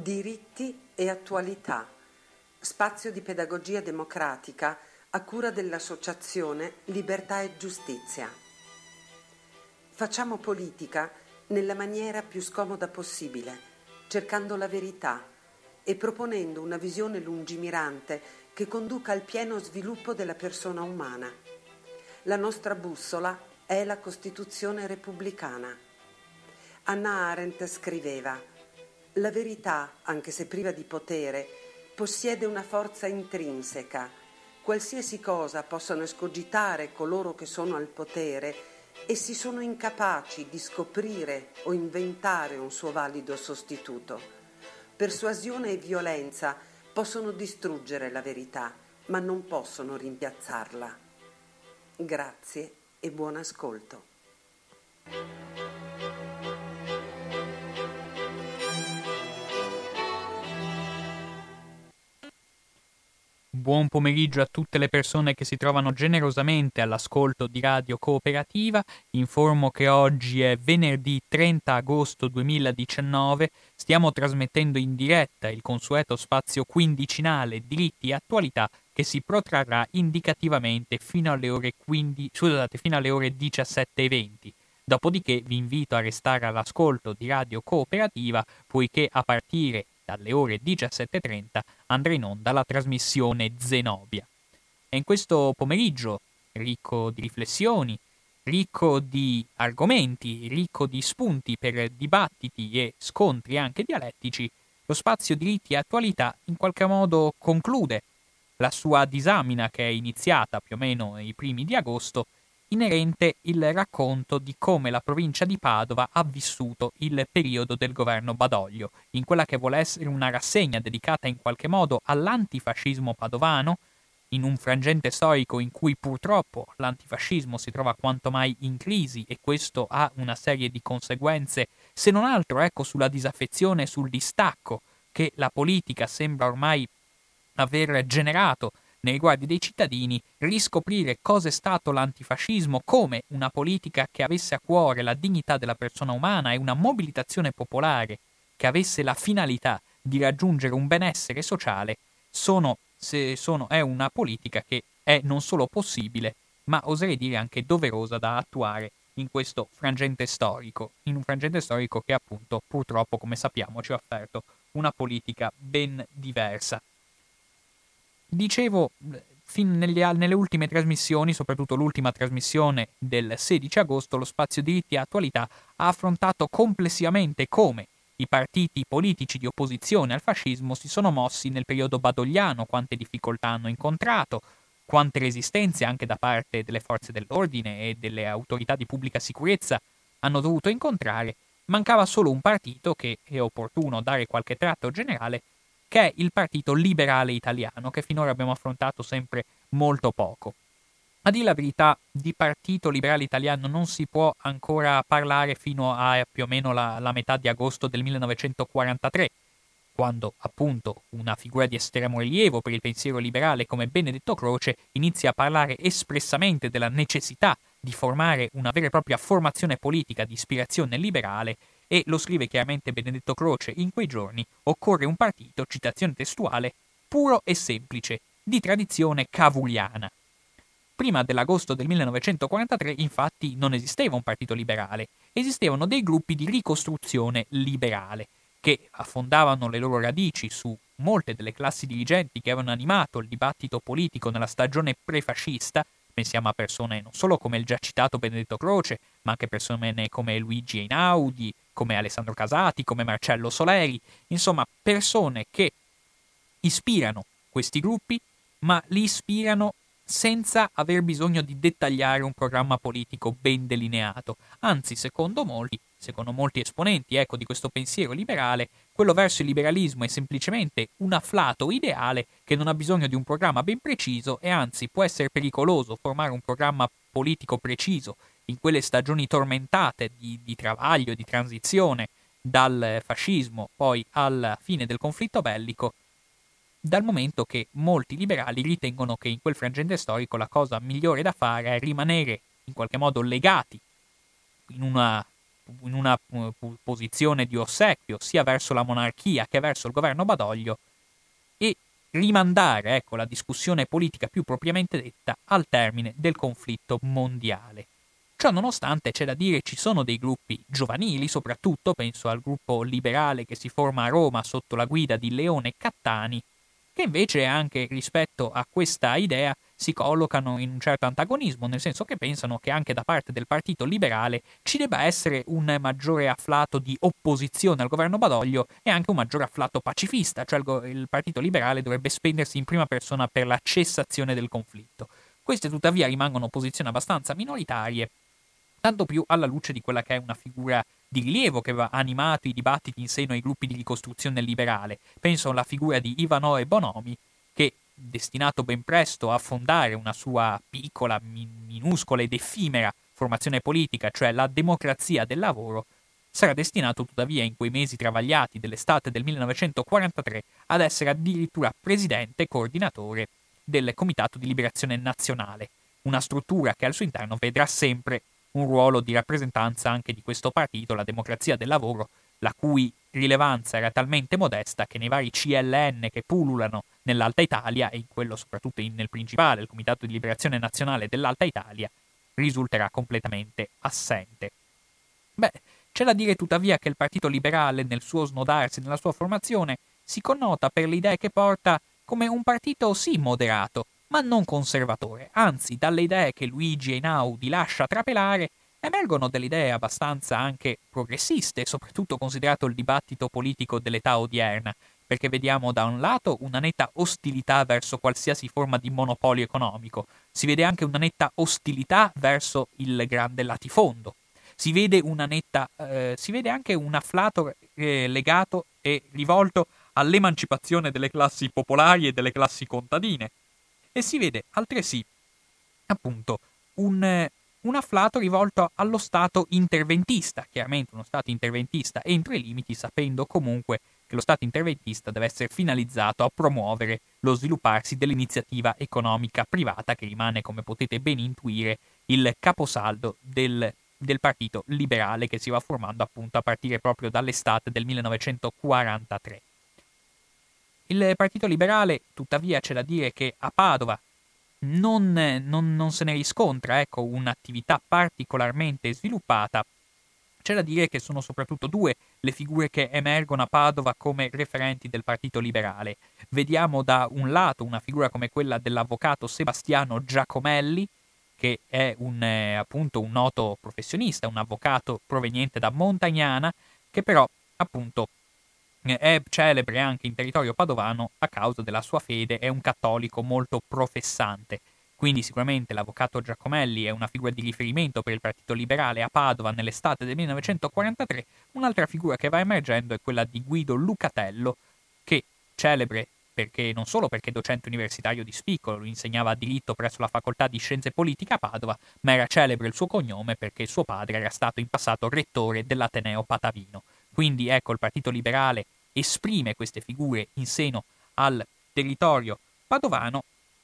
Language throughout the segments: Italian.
Diritti e attualità. Spazio di pedagogia democratica a cura dell'associazione Libertà e Giustizia. Facciamo politica nella maniera più scomoda possibile, cercando la verità e proponendo una visione lungimirante che conduca al pieno sviluppo della persona umana. La nostra bussola è la Costituzione repubblicana. Hannah Arendt scriveva: la verità, anche se priva di potere, possiede una forza intrinseca. Qualsiasi cosa possano escogitare coloro che sono al potere, essi sono incapaci di scoprire o inventare un suo valido sostituto. Persuasione e violenza possono distruggere la verità, ma non possono rimpiazzarla. Grazie e buon ascolto. Buon pomeriggio a tutte le persone che si trovano generosamente all'ascolto di Radio Cooperativa. Informo che oggi è venerdì 30 agosto 2019. Stiamo trasmettendo in diretta il consueto spazio quindicinale Diritti e Attualità che si protrarrà indicativamente fino alle ore 17:20. Dopodiché vi invito a restare all'ascolto di Radio Cooperativa, poiché a partire dalle ore 17:30 andrà in onda la trasmissione Zenobia. E in questo pomeriggio, ricco di riflessioni, ricco di argomenti, ricco di spunti per dibattiti e scontri anche dialettici, lo spazio Diritti e Attualità in qualche modo conclude la sua disamina, che è iniziata più o meno nei primi di agosto, inerente il racconto di come la provincia di Padova ha vissuto il periodo del governo Badoglio, in quella che vuole essere una rassegna dedicata in qualche modo all'antifascismo padovano, in un frangente storico in cui purtroppo l'antifascismo si trova quanto mai in crisi e questo ha una serie di conseguenze, se non altro sulla disaffezione e sul distacco che la politica sembra ormai aver generato nei riguardi dei cittadini, riscoprire cosa è stato l'antifascismo come una politica che avesse a cuore la dignità della persona umana e una mobilitazione popolare che avesse la finalità di raggiungere un benessere sociale, è una politica che è non solo possibile, ma oserei dire anche doverosa da attuare in questo frangente storico, in un frangente storico che appunto purtroppo, come sappiamo, ci ha offerto una politica ben diversa. Dicevo, nelle ultime trasmissioni, soprattutto l'ultima trasmissione del 16 agosto, lo spazio Diritti e Attualità ha affrontato complessivamente come i partiti politici di opposizione al fascismo si sono mossi nel periodo badogliano, quante difficoltà hanno incontrato, quante resistenze anche da parte delle forze dell'ordine e delle autorità di pubblica sicurezza hanno dovuto incontrare. Mancava solo un partito che è opportuno dare qualche tratto generale, che è il Partito Liberale Italiano, che finora abbiamo affrontato sempre molto poco. A dire la verità, di Partito Liberale Italiano non si può ancora parlare fino a più o meno la metà di agosto del 1943, quando appunto una figura di estremo rilievo per il pensiero liberale come Benedetto Croce inizia a parlare espressamente della necessità di formare una vera e propria formazione politica di ispirazione liberale, e lo scrive chiaramente Benedetto Croce in quei giorni: occorre un partito, citazione testuale, puro e semplice, di tradizione cavouriana. Prima dell'agosto del 1943, infatti, non esisteva un partito liberale, esistevano dei gruppi di ricostruzione liberale, che affondavano le loro radici su molte delle classi dirigenti che avevano animato il dibattito politico nella stagione prefascista. Pensiamo a persone non solo come il già citato Benedetto Croce, ma anche persone come Luigi Einaudi, come Alessandro Casati, come Marcello Soleri, insomma persone che ispirano questi gruppi, ma li ispirano senza aver bisogno di dettagliare un programma politico ben delineato. Anzi, secondo molti esponenti di questo pensiero liberale, quello verso il liberalismo è semplicemente un afflato ideale che non ha bisogno di un programma ben preciso, e anzi può essere pericoloso formare un programma politico preciso in quelle stagioni tormentate di travaglio e di transizione dal fascismo poi alla fine del conflitto bellico, dal momento che molti liberali ritengono che in quel frangente storico la cosa migliore da fare è rimanere in qualche modo legati in una posizione di ossequio sia verso la monarchia che verso il governo Badoglio e rimandare, ecco, la discussione politica più propriamente detta al termine del conflitto mondiale. Ciò nonostante, c'è da dire, ci sono dei gruppi giovanili, soprattutto penso al gruppo liberale che si forma a Roma sotto la guida di Leone Cattani, che invece anche rispetto a questa idea si collocano in un certo antagonismo, nel senso che pensano che anche da parte del Partito Liberale ci debba essere un maggiore afflato di opposizione al governo Badoglio e anche un maggiore afflato pacifista, cioè il Partito Liberale dovrebbe spendersi in prima persona per la cessazione del conflitto. Queste tuttavia rimangono posizioni abbastanza minoritarie, tanto più alla luce di quella che è una figura di rilievo che ha animato i dibattiti in seno ai gruppi di ricostruzione liberale. Penso alla figura di Ivanoe Bonomi, che, destinato ben presto a fondare una sua piccola, minuscola ed effimera formazione politica, cioè la Democrazia del Lavoro, sarà destinato tuttavia in quei mesi travagliati dell'estate del 1943 ad essere addirittura presidente e coordinatore del Comitato di Liberazione Nazionale, una struttura che al suo interno vedrà sempre un ruolo di rappresentanza anche di questo partito, la Democrazia del Lavoro, la cui rilevanza era talmente modesta che nei vari CLN che pullulano nell'Alta Italia, e in quello soprattutto nel principale, il Comitato di Liberazione Nazionale dell'Alta Italia, risulterà completamente assente. C'è da dire tuttavia che il Partito Liberale, nel suo snodarsi, nella sua formazione, si connota per le idee che porta come un partito sì moderato, ma non conservatore. Anzi, dalle idee che Luigi Einaudi lascia trapelare, emergono delle idee abbastanza anche progressiste, soprattutto considerato il dibattito politico dell'età odierna, perché vediamo da un lato una netta ostilità verso qualsiasi forma di monopolio economico, si vede anche una netta ostilità verso il grande latifondo, si vede anche un afflato legato e rivolto all'emancipazione delle classi popolari e delle classi contadine, e si vede altresì appunto un afflato rivolto allo Stato interventista, chiaramente uno Stato interventista entro i limiti, sapendo comunque che lo Stato interventista deve essere finalizzato a promuovere lo svilupparsi dell'iniziativa economica privata, che rimane, come potete ben intuire, il caposaldo del Partito Liberale, che si va formando appunto a partire proprio dall'estate del 1943. Il Partito Liberale, tuttavia, c'è da dire che a Padova non se ne riscontra, ecco, un'attività particolarmente sviluppata. C'è da dire che sono soprattutto due le figure che emergono a Padova come referenti del Partito Liberale. Vediamo da un lato una figura come quella dell'avvocato Sebastiano Giacomelli, che è appunto un noto professionista, un avvocato proveniente da Montagnana, che però appunto è celebre anche in territorio padovano a causa della sua fede, è un cattolico molto professante. Quindi sicuramente l'avvocato Giacomelli è una figura di riferimento per il Partito Liberale a Padova nell'estate del 1943. Un'altra figura che va emergendo è quella di Guido Lucatello, che celebre non solo perché docente universitario di spicco, lui insegnava diritto presso la facoltà di scienze politiche a Padova, ma era celebre il suo cognome perché suo padre era stato in passato rettore dell'Ateneo Patavino. Quindi ecco, il Partito Liberale esprime queste figure in seno al territorio padovano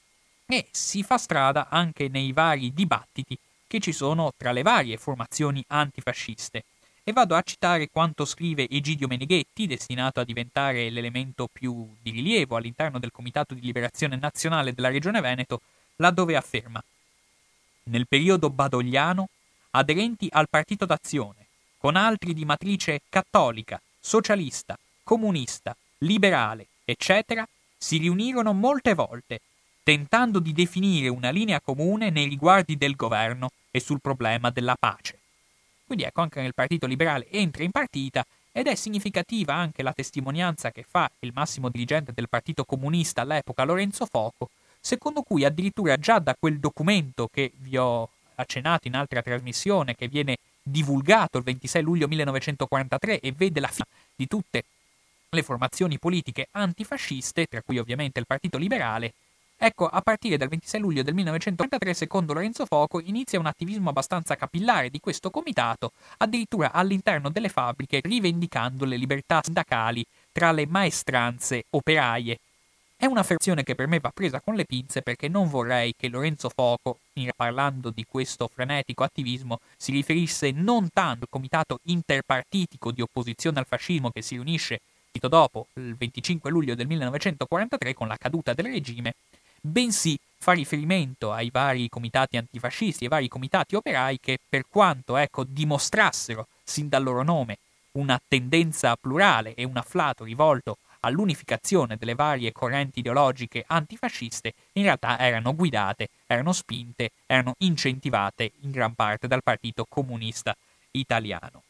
e si fa strada anche nei vari dibattiti che ci sono tra le varie formazioni antifasciste. E vado a citare quanto scrive Egidio Meneghetti, destinato a diventare l'elemento più di rilievo all'interno del Comitato di Liberazione Nazionale della Regione Veneto, laddove afferma: nel periodo badogliano, aderenti al Partito d'Azione, con altri di matrice cattolica, socialista, comunista, liberale, eccetera, si riunirono molte volte, tentando di definire una linea comune nei riguardi del governo e sul problema della pace. Quindi ecco, anche nel Partito Liberale entra in partita, ed è significativa anche la testimonianza che fa il massimo dirigente del Partito Comunista all'epoca, Lorenzo Foco, secondo cui addirittura già da quel documento che vi ho accennato in altra trasmissione, che viene divulgato il 26 luglio 1943 e vede la fine di tutte le formazioni politiche antifasciste, tra cui ovviamente il Partito Liberale, ecco, a partire dal 26 luglio del 1943, secondo Lorenzo Foco, inizia un attivismo abbastanza capillare di questo comitato, addirittura all'interno delle fabbriche, rivendicando le libertà sindacali tra le maestranze operaie. È un'affermazione che per me va presa con le pinze, perché non vorrei che Lorenzo Foco, parlando di questo frenetico attivismo, si riferisse non tanto al comitato interpartitico di opposizione al fascismo che si riunisce dopo il 25 luglio del 1943 con la caduta del regime, bensì fa riferimento ai vari comitati antifascisti e vari comitati operai che, per quanto dimostrassero sin dal loro nome una tendenza plurale e un afflato rivolto all'unificazione delle varie correnti ideologiche antifasciste, in realtà erano guidate, erano spinte, erano incentivate in gran parte dal Partito Comunista Italiano.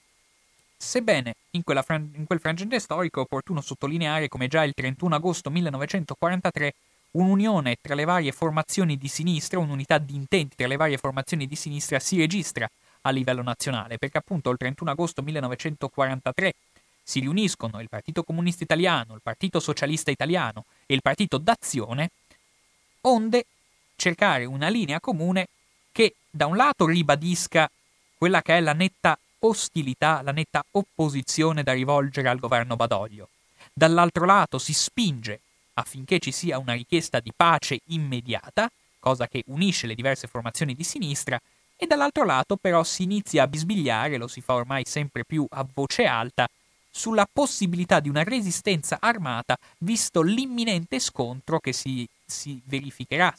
Sebbene in quel frangente storico è opportuno sottolineare come già il 31 agosto 1943 un'unione tra le varie formazioni di sinistra, un'unità di intenti tra le varie formazioni di sinistra si registra a livello nazionale, perché appunto il 31 agosto 1943 si riuniscono il Partito Comunista Italiano, il Partito Socialista Italiano e il Partito d'Azione, onde cercare una linea comune che da un lato ribadisca quella che è la netta ostilità, la netta opposizione da rivolgere al governo Badoglio, dall'altro lato si spinge affinché ci sia una richiesta di pace immediata, cosa che unisce le diverse formazioni di sinistra, e dall'altro lato però si inizia a bisbigliare, lo si fa ormai sempre più a voce alta, sulla possibilità di una resistenza armata, visto l'imminente scontro che si verificherà,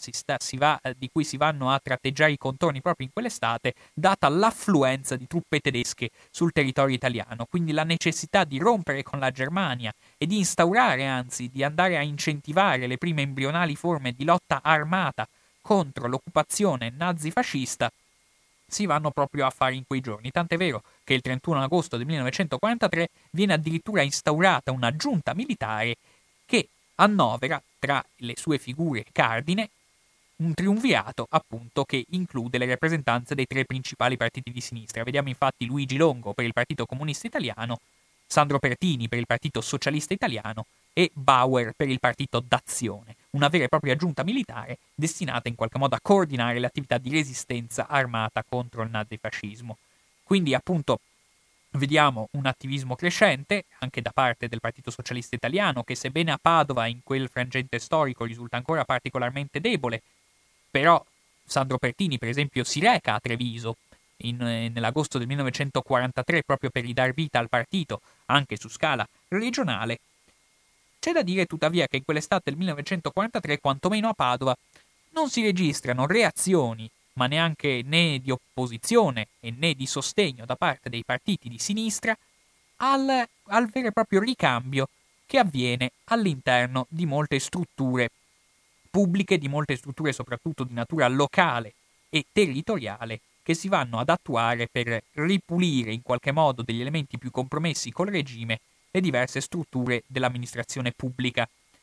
di cui si vanno a tratteggiare i contorni proprio in quell'estate, data l'affluenza di truppe tedesche sul territorio italiano. Quindi la necessità di rompere con la Germania e di instaurare, anzi, di andare a incentivare le prime embrionali forme di lotta armata contro l'occupazione nazifascista, si vanno proprio a fare in quei giorni, tant'è vero che il 31 agosto del 1943 viene addirittura instaurata una giunta militare che annovera tra le sue figure cardine un triumvirato appunto che include le rappresentanze dei tre principali partiti di sinistra. Vediamo infatti Luigi Longo per il Partito Comunista Italiano, Sandro Pertini per il Partito Socialista Italiano e Bauer per il Partito d'Azione, una vera e propria giunta militare destinata in qualche modo a coordinare le attività di resistenza armata contro il nazifascismo. Quindi appunto vediamo un attivismo crescente anche da parte del Partito Socialista Italiano, che sebbene a Padova in quel frangente storico risulta ancora particolarmente debole, però Sandro Pertini per esempio si reca a Treviso nell'agosto del 1943 proprio per ridar vita al partito anche su scala regionale. C'è da dire tuttavia che in quell'estate del 1943, quantomeno a Padova, non si registrano reazioni, ma neanche né di opposizione e né di sostegno da parte dei partiti di sinistra al vero e proprio ricambio che avviene all'interno di molte strutture pubbliche, di molte strutture soprattutto di natura locale e territoriale, che si vanno ad attuare per ripulire in qualche modo degli elementi più compromessi col regime le diverse strutture dell'amministrazione pubblica.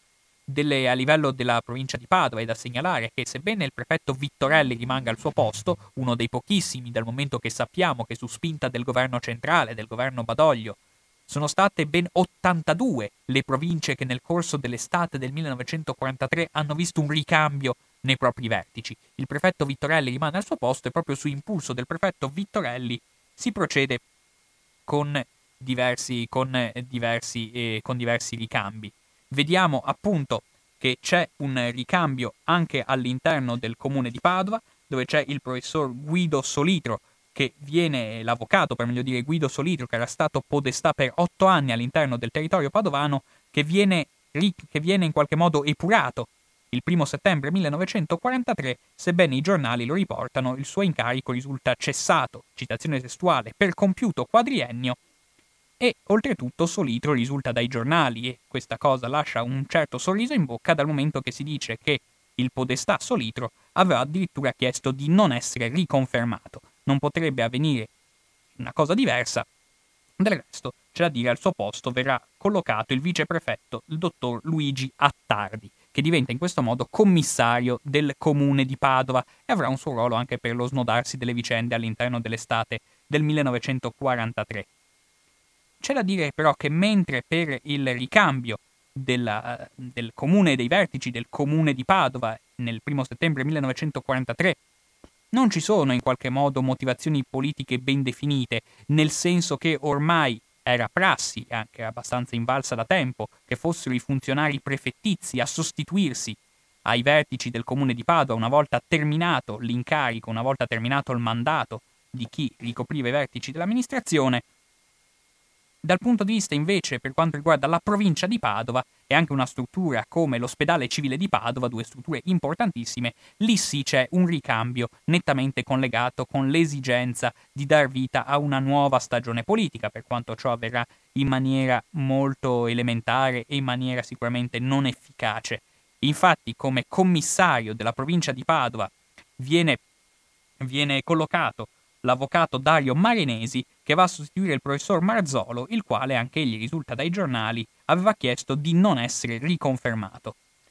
A livello della provincia di Padova è da segnalare che sebbene il prefetto Vittorelli rimanga al suo posto, uno dei pochissimi dal momento che sappiamo che su spinta del governo centrale, del governo Badoglio, sono state ben 82 le province che nel corso dell'estate del 1943 hanno visto un ricambio nei propri vertici. Il prefetto Vittorelli rimane al suo posto e proprio su impulso del prefetto Vittorelli si procede con diversi ricambi. Vediamo appunto che c'è un ricambio anche all'interno del comune di Padova, dove c'è il professor Guido Solitro, che viene l'avvocato, per meglio dire Guido Solitro, che era stato podestà per 8 anni all'interno del territorio padovano, che viene in qualche modo epurato il 1 settembre 1943, sebbene i giornali lo riportano, il suo incarico risulta cessato, citazione testuale, per compiuto quadriennio, e oltretutto Solitro risulta dai giornali, e questa cosa lascia un certo sorriso in bocca dal momento che si dice che il podestà Solitro aveva addirittura chiesto di non essere riconfermato. Non potrebbe avvenire una cosa diversa. Del resto, c'è da dire, al suo posto verrà collocato il viceprefetto, il dottor Luigi Attardi, che diventa in questo modo commissario del comune di Padova e avrà un suo ruolo anche per lo snodarsi delle vicende all'interno dell'estate del 1943. C'è da dire però che mentre per il ricambio del comune dei vertici del comune di Padova nel 1 settembre 1943 non ci sono in qualche modo motivazioni politiche ben definite, nel senso che ormai era prassi, anche abbastanza invalsa da tempo, che fossero i funzionari prefettizi a sostituirsi ai vertici del comune di Padova una volta terminato l'incarico, una volta terminato il mandato di chi ricopriva i vertici dell'amministrazione. Dal punto di vista invece per quanto riguarda la provincia di Padova e anche una struttura come l'ospedale civile di Padova, due strutture importantissime, lì sì c'è un ricambio nettamente collegato con l'esigenza di dar vita a una nuova stagione politica, per quanto ciò avverrà in maniera molto elementare e in maniera sicuramente non efficace. Infatti, come commissario della provincia di Padova viene collocato l'avvocato Dario Marinesi, che va a sostituire il professor Marzolo, il quale, anche egli risulta dai giornali, aveva chiesto di non essere riconfermato.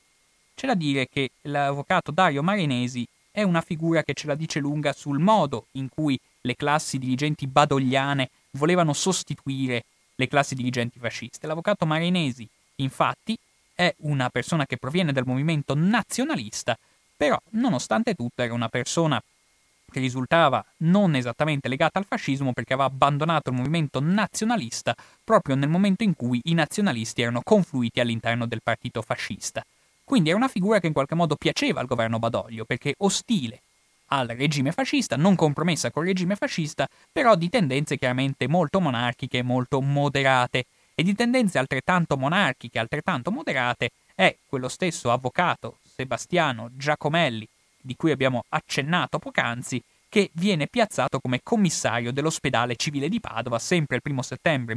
C'è da dire che l'avvocato Dario Marinesi è una figura che ce la dice lunga sul modo in cui le classi dirigenti badogliane volevano sostituire le classi dirigenti fasciste. L'avvocato Marinesi, infatti, è una persona che proviene dal movimento nazionalista, però, nonostante tutto, era una persona che risultava non esattamente legata al fascismo perché aveva abbandonato il movimento nazionalista proprio nel momento in cui i nazionalisti erano confluiti all'interno del partito fascista. Quindi era una figura che in qualche modo piaceva al governo Badoglio perché ostile al regime fascista, non compromessa col regime fascista, però di tendenze chiaramente molto monarchiche e molto moderate. E di tendenze altrettanto monarchiche, altrettanto moderate, è quello stesso avvocato Sebastiano Giacomelli, di cui abbiamo accennato poc'anzi, che viene piazzato come commissario dell'ospedale civile di Padova sempre il 1 settembre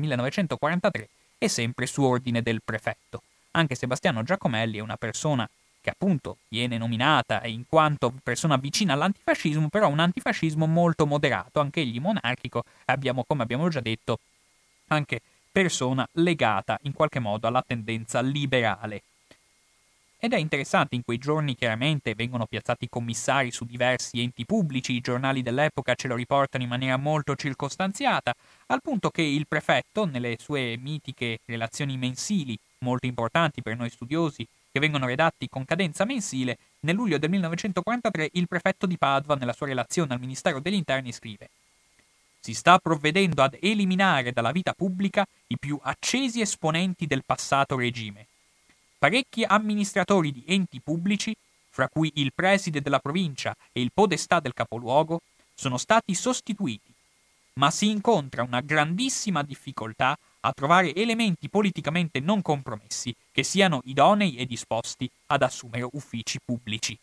1943 e sempre su ordine del prefetto. Anche Sebastiano Giacomelli è una persona che appunto viene nominata in quanto persona vicina all'antifascismo, però un antifascismo molto moderato, anche egli monarchico, come abbiamo già detto, anche persona legata in qualche modo alla tendenza liberale. Ed è interessante, in quei giorni chiaramente vengono piazzati commissari su diversi enti pubblici, i giornali dell'epoca ce lo riportano in maniera molto circostanziata, al punto che il prefetto, nelle sue mitiche relazioni mensili, molto importanti per noi studiosi, che vengono redatti con cadenza mensile, nel luglio del 1943 il prefetto di Padova, nella sua relazione al Ministero degli Interni, scrive: «Si sta provvedendo ad eliminare dalla vita pubblica i più accesi esponenti del passato regime. Parecchi amministratori di enti pubblici, fra cui il preside della provincia e il podestà del capoluogo, sono stati sostituiti, ma si incontra una grandissima difficoltà a trovare elementi politicamente non compromessi che siano idonei e disposti ad assumere uffici pubblici».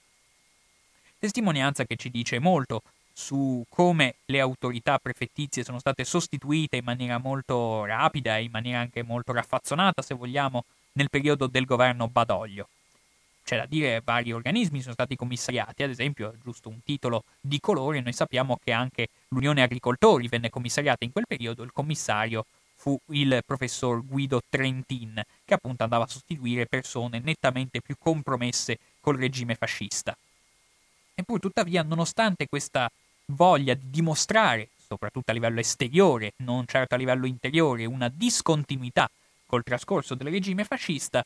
Testimonianza che ci dice molto su come le autorità prefettizie sono state sostituite in maniera molto rapida e in maniera anche molto raffazzonata, se vogliamo, nel periodo del governo Badoglio. C'è da dire vari organismi sono stati commissariati, ad esempio, giusto un titolo di colore, noi sappiamo che anche l'Unione Agricoltori venne commissariata in quel periodo, il commissario fu il professor Guido Trentin, che appunto andava a sostituire persone nettamente più compromesse col regime fascista. Eppure tuttavia, nonostante questa voglia di dimostrare, soprattutto a livello esteriore, non certo a livello interiore, una discontinuità col trascorso del regime fascista,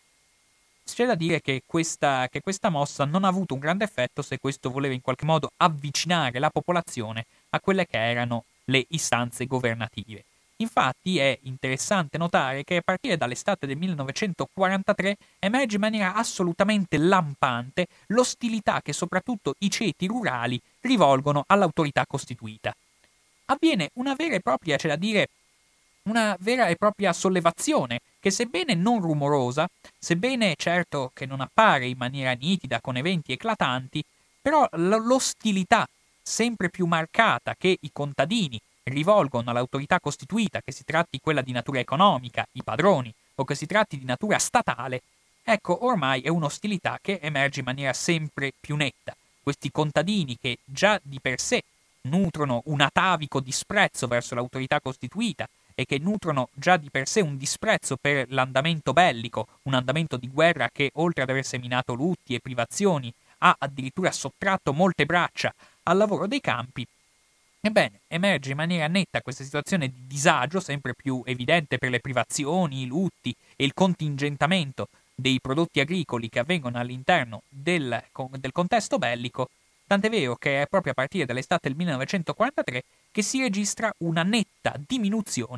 c'è da dire che questa mossa non ha avuto un grande effetto se questo voleva in qualche modo avvicinare la popolazione a quelle che erano le istanze governative. Infatti è interessante notare che a partire dall'estate del 1943 emerge in maniera assolutamente lampante l'ostilità che soprattutto i ceti rurali rivolgono all'autorità costituita. Avviene una vera e propria, c'è da dire, una vera e propria sollevazione che, sebbene non rumorosa, sebbene certo che non appare in maniera nitida con eventi eclatanti, però l'ostilità sempre più marcata che i contadini rivolgono all'autorità costituita, che si tratti quella di natura economica, i padroni, o che si tratti di natura statale, ecco, ormai è un'ostilità che emerge in maniera sempre più netta. Questi contadini che già di per sé nutrono un atavico disprezzo verso l'autorità costituita e che nutrono già di per sé un disprezzo per l'andamento bellico, un andamento di guerra che, oltre ad aver seminato lutti e privazioni, ha addirittura sottratto molte braccia al lavoro dei campi. Ebbene, emerge in maniera netta questa situazione di disagio sempre più evidente per le privazioni, i lutti e il contingentamento dei prodotti agricoli che avvengono all'interno del contesto bellico, tant'è vero che è proprio a partire dall'estate del 1943 che si registra una netta diminuzione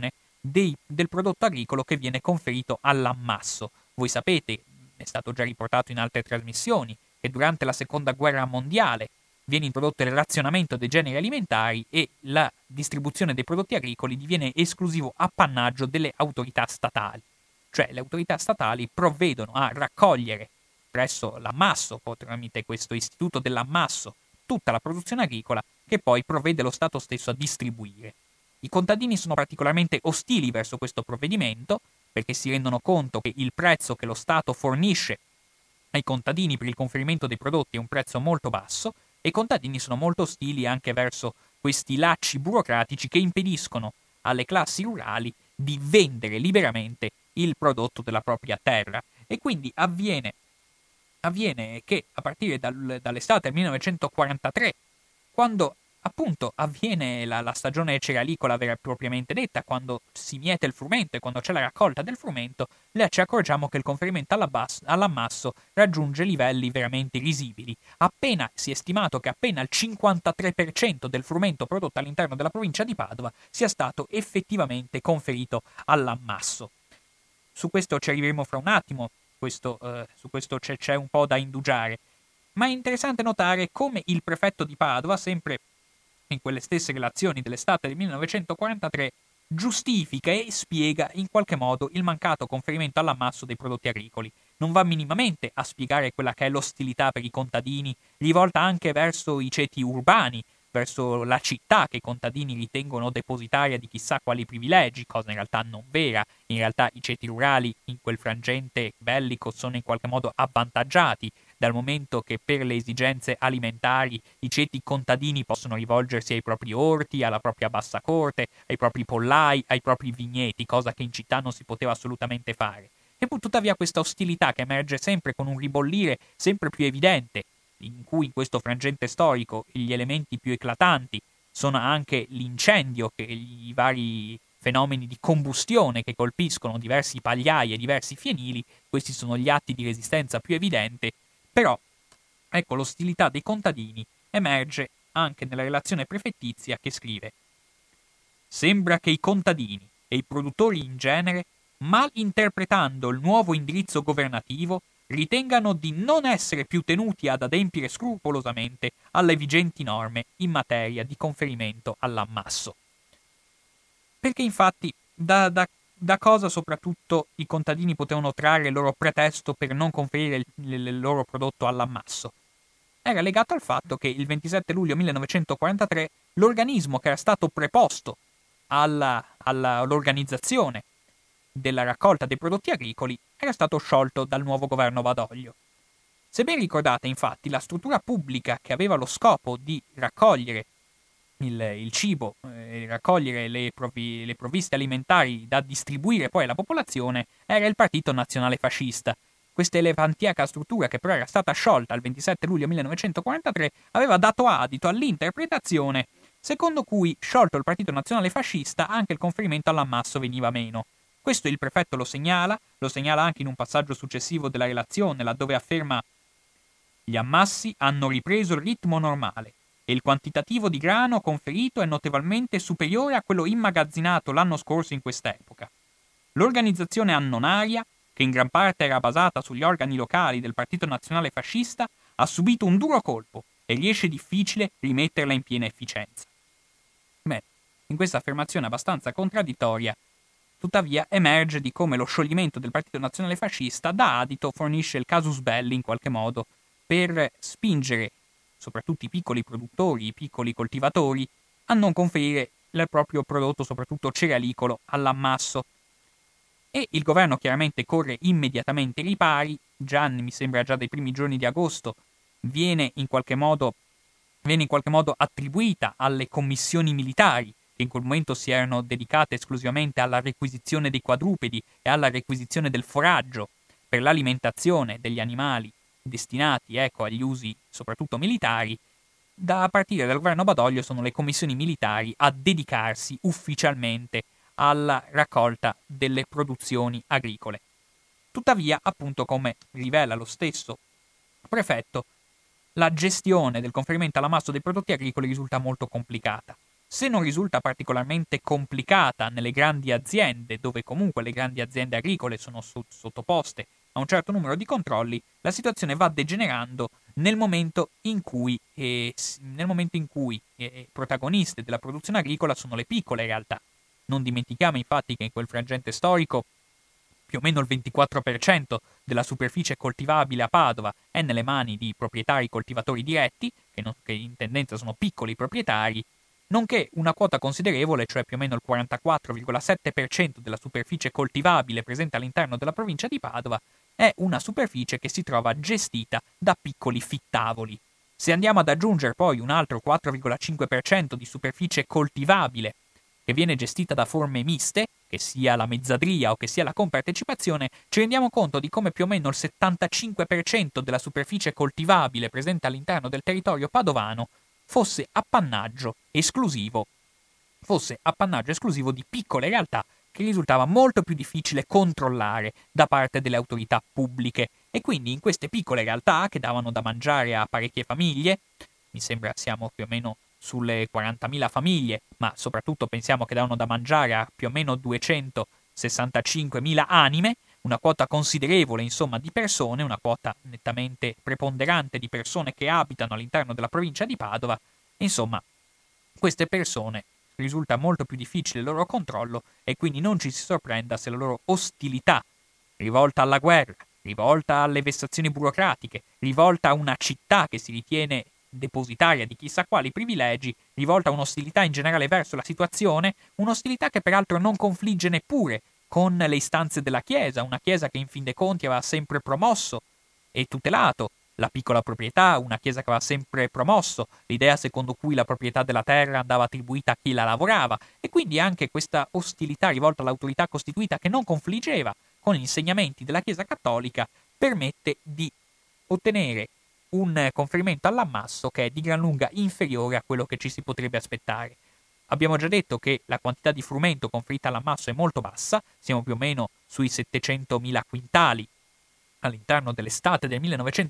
del prodotto agricolo che viene conferito all'ammasso. Voi sapete, è stato già riportato in altre trasmissioni, che durante la Seconda Guerra Mondiale viene introdotto il razionamento dei generi alimentari e la distribuzione dei prodotti agricoli diviene esclusivo appannaggio delle autorità statali. Cioè le autorità statali provvedono a raccogliere presso l'ammasso, tramite questo istituto dell'ammasso, tutta la produzione agricola che poi provvede lo Stato stesso a distribuire. I contadini sono particolarmente ostili verso questo provvedimento perché si rendono conto che il prezzo che lo Stato fornisce ai contadini per il conferimento dei prodotti è un prezzo molto basso e i contadini sono molto ostili anche verso questi lacci burocratici che impediscono alle classi rurali di vendere liberamente il prodotto della propria terra. E quindi avviene che a partire dall'estate del 1943, quando appunto avviene la stagione cerealicola vera e propriamente detta, quando si miete il frumento e quando c'è la raccolta del frumento, ci accorgiamo che il conferimento all'ammasso raggiunge livelli veramente risibili. Si è stimato che appena il 53% del frumento prodotto all'interno della provincia di Padova sia stato effettivamente conferito all'ammasso. Su questo ci arriveremo fra un attimo, su questo c'è un po' da indugiare, ma è interessante notare come il prefetto di Padova, sempre in quelle stesse relazioni dell'estate del 1943, giustifica e spiega in qualche modo il mancato conferimento all'ammasso dei prodotti agricoli. Non va minimamente a spiegare quella che è l'ostilità per i contadini, rivolta anche verso i ceti urbani, verso la città che i contadini ritengono depositaria di chissà quali privilegi, cosa in realtà non vera. In realtà i ceti rurali in quel frangente bellico sono in qualche modo avvantaggiati, dal momento che per le esigenze alimentari i ceti contadini possono rivolgersi ai propri orti, alla propria bassa corte, ai propri pollai, ai propri vigneti, cosa che in città non si poteva assolutamente fare. E pur tuttavia questa ostilità che emerge sempre con un ribollire sempre più evidente, in cui in questo frangente storico gli elementi più eclatanti sono anche l'incendio, che i vari fenomeni di combustione che colpiscono diversi pagliai e diversi fienili, questi sono gli atti di resistenza più evidente, però ecco l'ostilità dei contadini emerge anche nella relazione prefettizia che scrive: sembra che i contadini e i produttori in genere, mal interpretando il nuovo indirizzo governativo, ritengano di non essere più tenuti ad adempiere scrupolosamente alle vigenti norme in materia di conferimento all'ammasso. Perché infatti da cosa soprattutto i contadini potevano trarre il loro pretesto per non conferire il loro prodotto all'ammasso? Era legato al fatto che il 27 luglio 1943 l'organismo che era stato preposto all'organizzazione della raccolta dei prodotti agricoli era stato sciolto dal nuovo governo Badoglio. Se ben ricordate, infatti, la struttura pubblica che aveva lo scopo di raccogliere il cibo, raccogliere le provviste alimentari da distribuire poi alla popolazione, era il Partito Nazionale Fascista. Questa elefantiaca struttura, che però era stata sciolta il 27 luglio 1943, aveva dato adito all'interpretazione secondo cui, sciolto il Partito Nazionale Fascista, anche il conferimento all'ammasso veniva meno. Questo il prefetto lo segnala anche in un passaggio successivo della relazione, laddove afferma: gli ammassi hanno ripreso il ritmo normale e il quantitativo di grano conferito è notevolmente superiore a quello immagazzinato l'anno scorso in questa epoca. L'organizzazione annonaria, che in gran parte era basata sugli organi locali del Partito Nazionale Fascista, ha subito un duro colpo e riesce difficile rimetterla in piena efficienza. Bene, in questa affermazione abbastanza contraddittoria, tuttavia emerge di come lo scioglimento del Partito Nazionale Fascista da adito fornisce il casus belli in qualche modo per spingere soprattutto i piccoli produttori, i piccoli coltivatori, a non conferire il proprio prodotto, soprattutto cerealicolo, all'ammasso. E il governo chiaramente corre immediatamente ai ripari, mi sembra già dai primi giorni di agosto, viene in qualche modo attribuita alle commissioni militari, che in quel momento si erano dedicate esclusivamente alla requisizione dei quadrupedi e alla requisizione del foraggio per l'alimentazione degli animali destinati agli usi soprattutto militari. Da partire dal governo Badoglio sono le commissioni militari a dedicarsi ufficialmente alla raccolta delle produzioni agricole. Tuttavia, appunto, come rivela lo stesso prefetto, la gestione del conferimento all'ammasso dei prodotti agricoli risulta molto complicata. Se non risulta particolarmente complicata nelle grandi aziende, dove comunque le grandi aziende agricole sono sottoposte a un certo numero di controlli, la situazione va degenerando nel momento in cui protagoniste della produzione agricola sono le piccole realtà. Non dimentichiamo infatti che in quel frangente storico più o meno il 24% della superficie coltivabile a Padova è nelle mani di proprietari coltivatori diretti, che in tendenza sono piccoli proprietari, nonché una quota considerevole, cioè più o meno il 44,7% della superficie coltivabile presente all'interno della provincia di Padova, è una superficie che si trova gestita da piccoli fittavoli. Se andiamo ad aggiungere poi un altro 4,5% di superficie coltivabile che viene gestita da forme miste, che sia la mezzadria o che sia la compartecipazione, ci rendiamo conto di come più o meno il 75% della superficie coltivabile presente all'interno del territorio padovano fosse appannaggio esclusivo di piccole realtà che risultava molto più difficile controllare da parte delle autorità pubbliche. E quindi in queste piccole realtà, che davano da mangiare a parecchie famiglie, mi sembra siamo più o meno sulle 40.000 famiglie, ma soprattutto pensiamo che davano da mangiare a più o meno 265.000 anime, una quota considerevole insomma di persone, una quota nettamente preponderante di persone che abitano all'interno della provincia di Padova. Insomma, queste persone risulta molto più difficile il loro controllo e quindi non ci si sorprenda se la loro ostilità rivolta alla guerra, rivolta alle vessazioni burocratiche, rivolta a una città che si ritiene depositaria di chissà quali privilegi, rivolta a un'ostilità in generale verso la situazione, un'ostilità che peraltro non confligge neppure con le istanze della Chiesa, una Chiesa che in fin dei conti aveva sempre promosso e tutelato la piccola proprietà, una Chiesa che aveva sempre promosso l'idea secondo cui la proprietà della terra andava attribuita a chi la lavorava, e quindi anche questa ostilità rivolta all'autorità costituita che non confliggeva con gli insegnamenti della Chiesa cattolica permette di ottenere un conferimento all'ammasso che è di gran lunga inferiore a quello che ci si potrebbe aspettare. Abbiamo già detto che la quantità di frumento conferita all'ammasso è molto bassa, siamo più o meno sui 700.000 quintali all'interno dell'estate del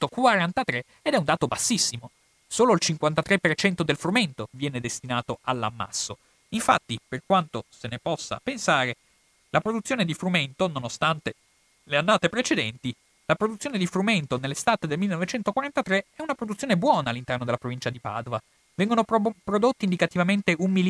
1943 ed è un dato bassissimo. Solo il 53% del frumento viene destinato all'ammasso. Infatti, per quanto se ne possa pensare, la produzione di frumento, nonostante le annate precedenti, la produzione di frumento nell'estate del 1943 è una produzione buona all'interno della provincia di Padova. Vengono prodotti indicativamente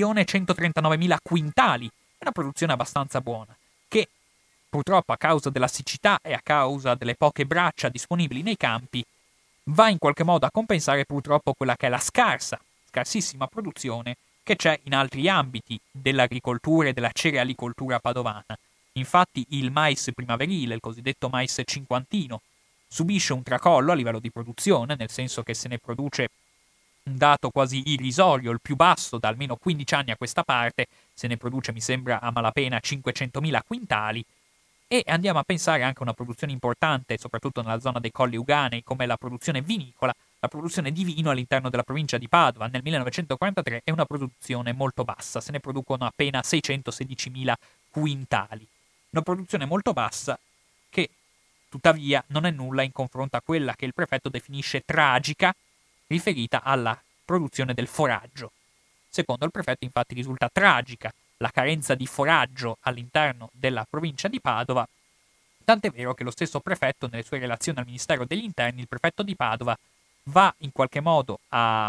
1.139.000 quintali, una produzione abbastanza buona, che purtroppo a causa della siccità e a causa delle poche braccia disponibili nei campi, va in qualche modo a compensare purtroppo quella che è la scarsissima produzione che c'è in altri ambiti dell'agricoltura e della cerealicoltura padovana. Infatti il mais primaverile, il cosiddetto mais cinquantino, subisce un tracollo a livello di produzione, nel senso che se ne produce un dato quasi irrisorio, il più basso da almeno 15 anni a questa parte, se ne produce mi sembra a malapena 500.000 quintali, e andiamo a pensare anche a una produzione importante, soprattutto nella zona dei Colli Euganei, come la produzione vinicola. La produzione di vino all'interno della provincia di Padova nel 1943 è una produzione molto bassa, se ne producono appena 616.000 quintali. Una produzione molto bassa che, tuttavia, non è nulla in confronto a quella che il prefetto definisce tragica, riferita alla produzione del foraggio. Secondo il prefetto, infatti, risulta tragica la carenza di foraggio all'interno della provincia di Padova, tant'è vero che lo stesso prefetto, nelle sue relazioni al Ministero degli Interni, il prefetto di Padova, va in qualche modo a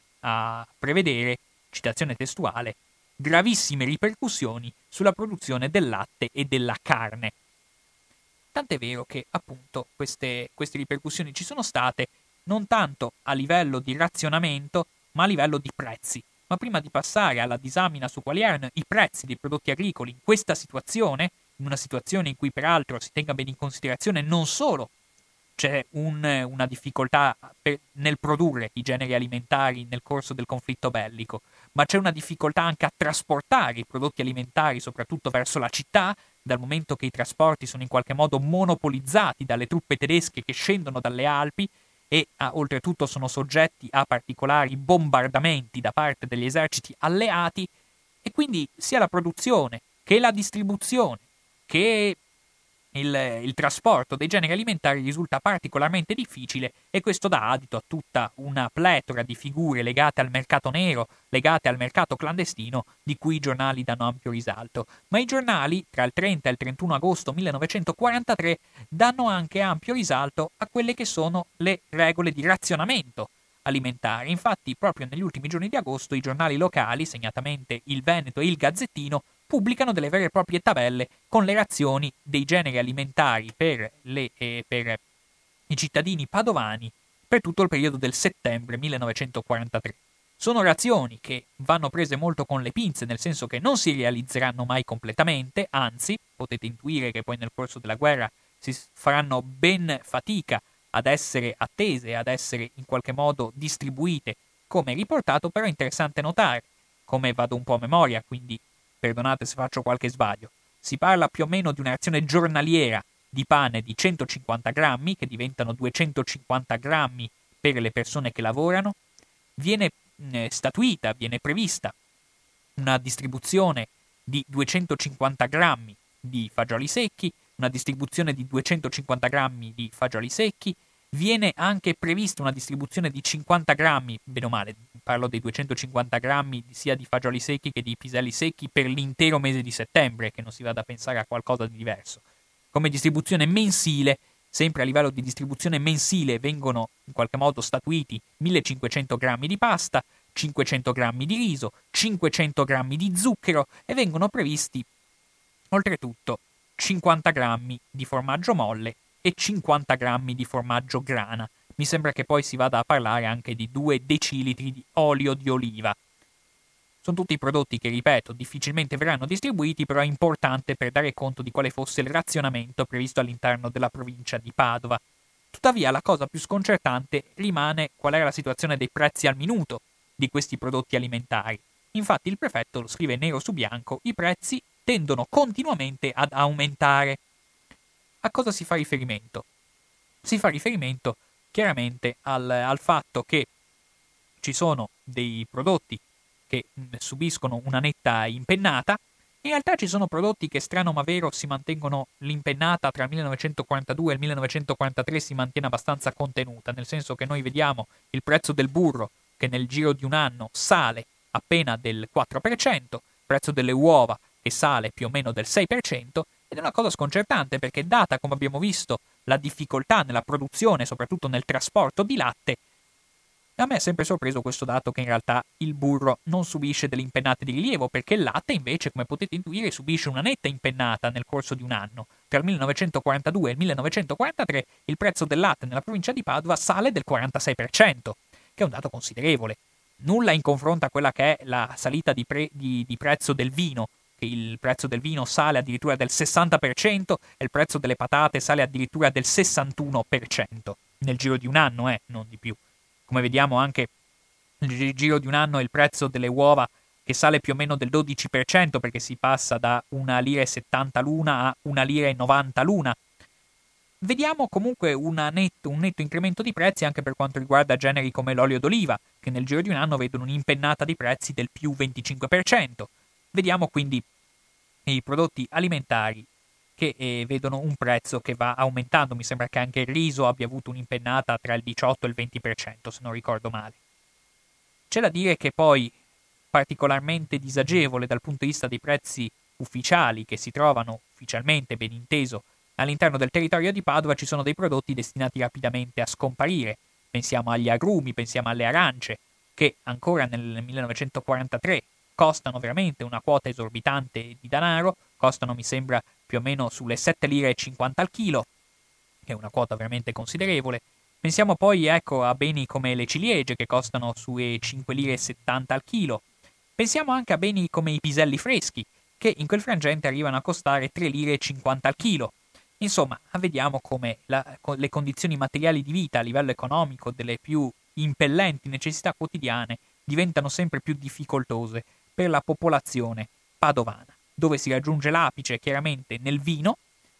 prevedere, citazione testuale, gravissime ripercussioni sulla produzione del latte e della carne. Tant'è vero che, appunto, queste ripercussioni ci sono state non tanto a livello di razionamento, ma a livello di prezzi. Ma prima di passare alla disamina su quali erano i prezzi dei prodotti agricoli in questa situazione, in una situazione in cui peraltro si tenga bene in considerazione non solo c'è una difficoltà nel produrre i generi alimentari nel corso del conflitto bellico, ma c'è una difficoltà anche a trasportare i prodotti alimentari, soprattutto verso la città, dal momento che i trasporti sono in qualche modo monopolizzati dalle truppe tedesche che scendono dalle Alpi e oltretutto sono soggetti a particolari bombardamenti da parte degli eserciti alleati, e quindi sia la produzione che la distribuzione che il trasporto dei generi alimentari risulta particolarmente difficile e questo dà adito a tutta una pletora di figure legate al mercato nero, legate al mercato clandestino, di cui i giornali danno ampio risalto. Ma i giornali, tra il 30 e il 31 agosto 1943, danno anche ampio risalto a quelle che sono le regole di razionamento alimentare. Infatti, proprio negli ultimi giorni di agosto, i giornali locali, segnatamente il Veneto e il Gazzettino, pubblicano delle vere e proprie tabelle con le razioni dei generi alimentari per i cittadini padovani per tutto il periodo del settembre 1943. Sono razioni che vanno prese molto con le pinze, nel senso che non si realizzeranno mai completamente, anzi, potete intuire che poi nel corso della guerra si faranno ben fatica ad essere attese, ad essere in qualche modo distribuite, come riportato. Però è interessante notare, come vado un po' a memoria, quindi perdonate se faccio qualche sbaglio, si parla più o meno di una razione giornaliera di pane di 150 grammi, che diventano 250 grammi per le persone che lavorano. Viene statuita, viene prevista una distribuzione di 250 grammi di fagioli secchi, una distribuzione di 250 grammi di fagioli secchi, viene anche prevista una distribuzione di 50 grammi, bene o male, parlo dei 250 grammi sia di fagioli secchi che di piselli secchi per l'intero mese di settembre, che non si vada a pensare a qualcosa di diverso. Come distribuzione mensile, sempre a livello di distribuzione mensile, vengono in qualche modo statuiti 1500 grammi di pasta, 500 grammi di riso, 500 grammi di zucchero e vengono previsti oltretutto 50 grammi di formaggio molle e 50 grammi di formaggio grana. Mi sembra che poi si vada a parlare anche di 2 decilitri di olio di oliva. Sono tutti prodotti che, ripeto, difficilmente verranno distribuiti, però è importante per dare conto di quale fosse il razionamento previsto all'interno della provincia di Padova. Tuttavia, la cosa più sconcertante rimane qual era la situazione dei prezzi al minuto di questi prodotti alimentari. Infatti il prefetto lo scrive nero su bianco: i prezzi tendono continuamente ad aumentare. A cosa si fa riferimento? Si fa riferimento chiaramente al fatto che ci sono dei prodotti che subiscono una netta impennata. In realtà ci sono prodotti che, strano ma vero, si mantengono l'impennata tra il 1942 e il 1943 si mantiene abbastanza contenuta, nel senso che noi vediamo il prezzo del burro che nel giro di un anno sale appena del 4%, il prezzo delle uova che sale più o meno del 6%, ed è una cosa sconcertante perché, data, come abbiamo visto, la difficoltà nella produzione, soprattutto nel trasporto di latte, a me è sempre sorpreso questo dato che in realtà il burro non subisce delle impennate di rilievo, perché il latte invece, come potete intuire, subisce una netta impennata nel corso di un anno. Tra il 1942 e il 1943 il prezzo del latte nella provincia di Padova sale del 46%, che è un dato considerevole. Nulla in confronto a quella che è la salita di prezzo del vino, che il prezzo del vino sale addirittura del 60% e il prezzo delle patate sale addirittura del 61%, nel giro di un anno, non di più. Come vediamo anche nel giro di un anno il prezzo delle uova che sale più o meno del 12%, perché si passa da 1,70 lira l'una a 1,90 lira l'una. Vediamo comunque un netto incremento di prezzi anche per quanto riguarda generi come l'olio d'oliva, che nel giro di un anno vedono un'impennata di prezzi del più 25%. Vediamo quindi i prodotti alimentari che vedono un prezzo che va aumentando. Mi sembra che anche il riso abbia avuto un'impennata tra il 18 e il 20%, se non ricordo male. C'è da dire che poi, particolarmente disagevole dal punto di vista dei prezzi ufficiali che si trovano ufficialmente, ben inteso, all'interno del territorio di Padova, ci sono dei prodotti destinati rapidamente a scomparire. Pensiamo agli agrumi, pensiamo alle arance, che ancora nel 1943 costano veramente una quota esorbitante di denaro, costano, mi sembra, più o meno sulle 7,50 lire al chilo, che è una quota veramente considerevole. Pensiamo poi, a beni come le ciliegie, che costano sui 5,70 lire al chilo. Pensiamo anche a beni come i piselli freschi, che in quel frangente arrivano a costare 3,50 lire al chilo. Insomma, vediamo come le condizioni materiali di vita a livello economico delle più impellenti necessità quotidiane diventano sempre più difficoltose per la popolazione padovana, dove si raggiunge l'apice chiaramente nel vino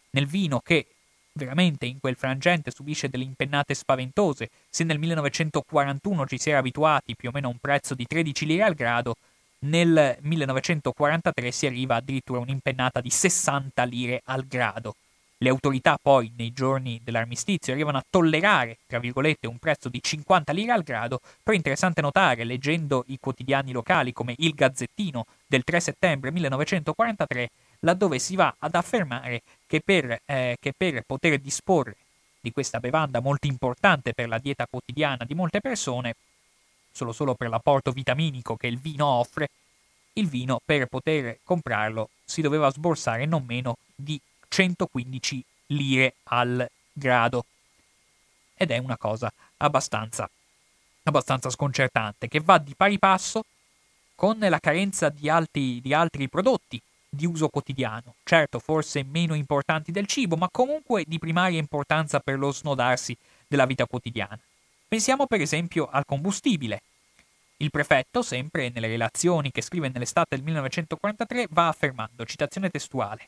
che veramente in quel frangente subisce delle impennate spaventose. Se nel 1941 ci si era abituati più o meno a un prezzo di 13 lire al grado, nel 1943 si arriva addirittura a un'impennata di 60 lire al grado. Le autorità poi, nei giorni dell'armistizio, arrivano a tollerare, tra virgolette, un prezzo di 50 lire al grado, però è interessante notare, leggendo i quotidiani locali come Il Gazzettino del 3 settembre 1943, laddove si va ad affermare che per poter disporre di questa bevanda molto importante per la dieta quotidiana di molte persone, solo per l'apporto vitaminico che il vino offre, il vino per poter comprarlo si doveva sborsare non meno di 115 lire al grado. Ed è una cosa abbastanza sconcertante, che va di pari passo con la carenza di altri prodotti di uso quotidiano, certo forse meno importanti del cibo, ma comunque di primaria importanza per lo snodarsi della vita quotidiana. Pensiamo per esempio al combustibile. Il prefetto, sempre nelle relazioni che scrive nell'estate del 1943, va affermando, citazione testuale: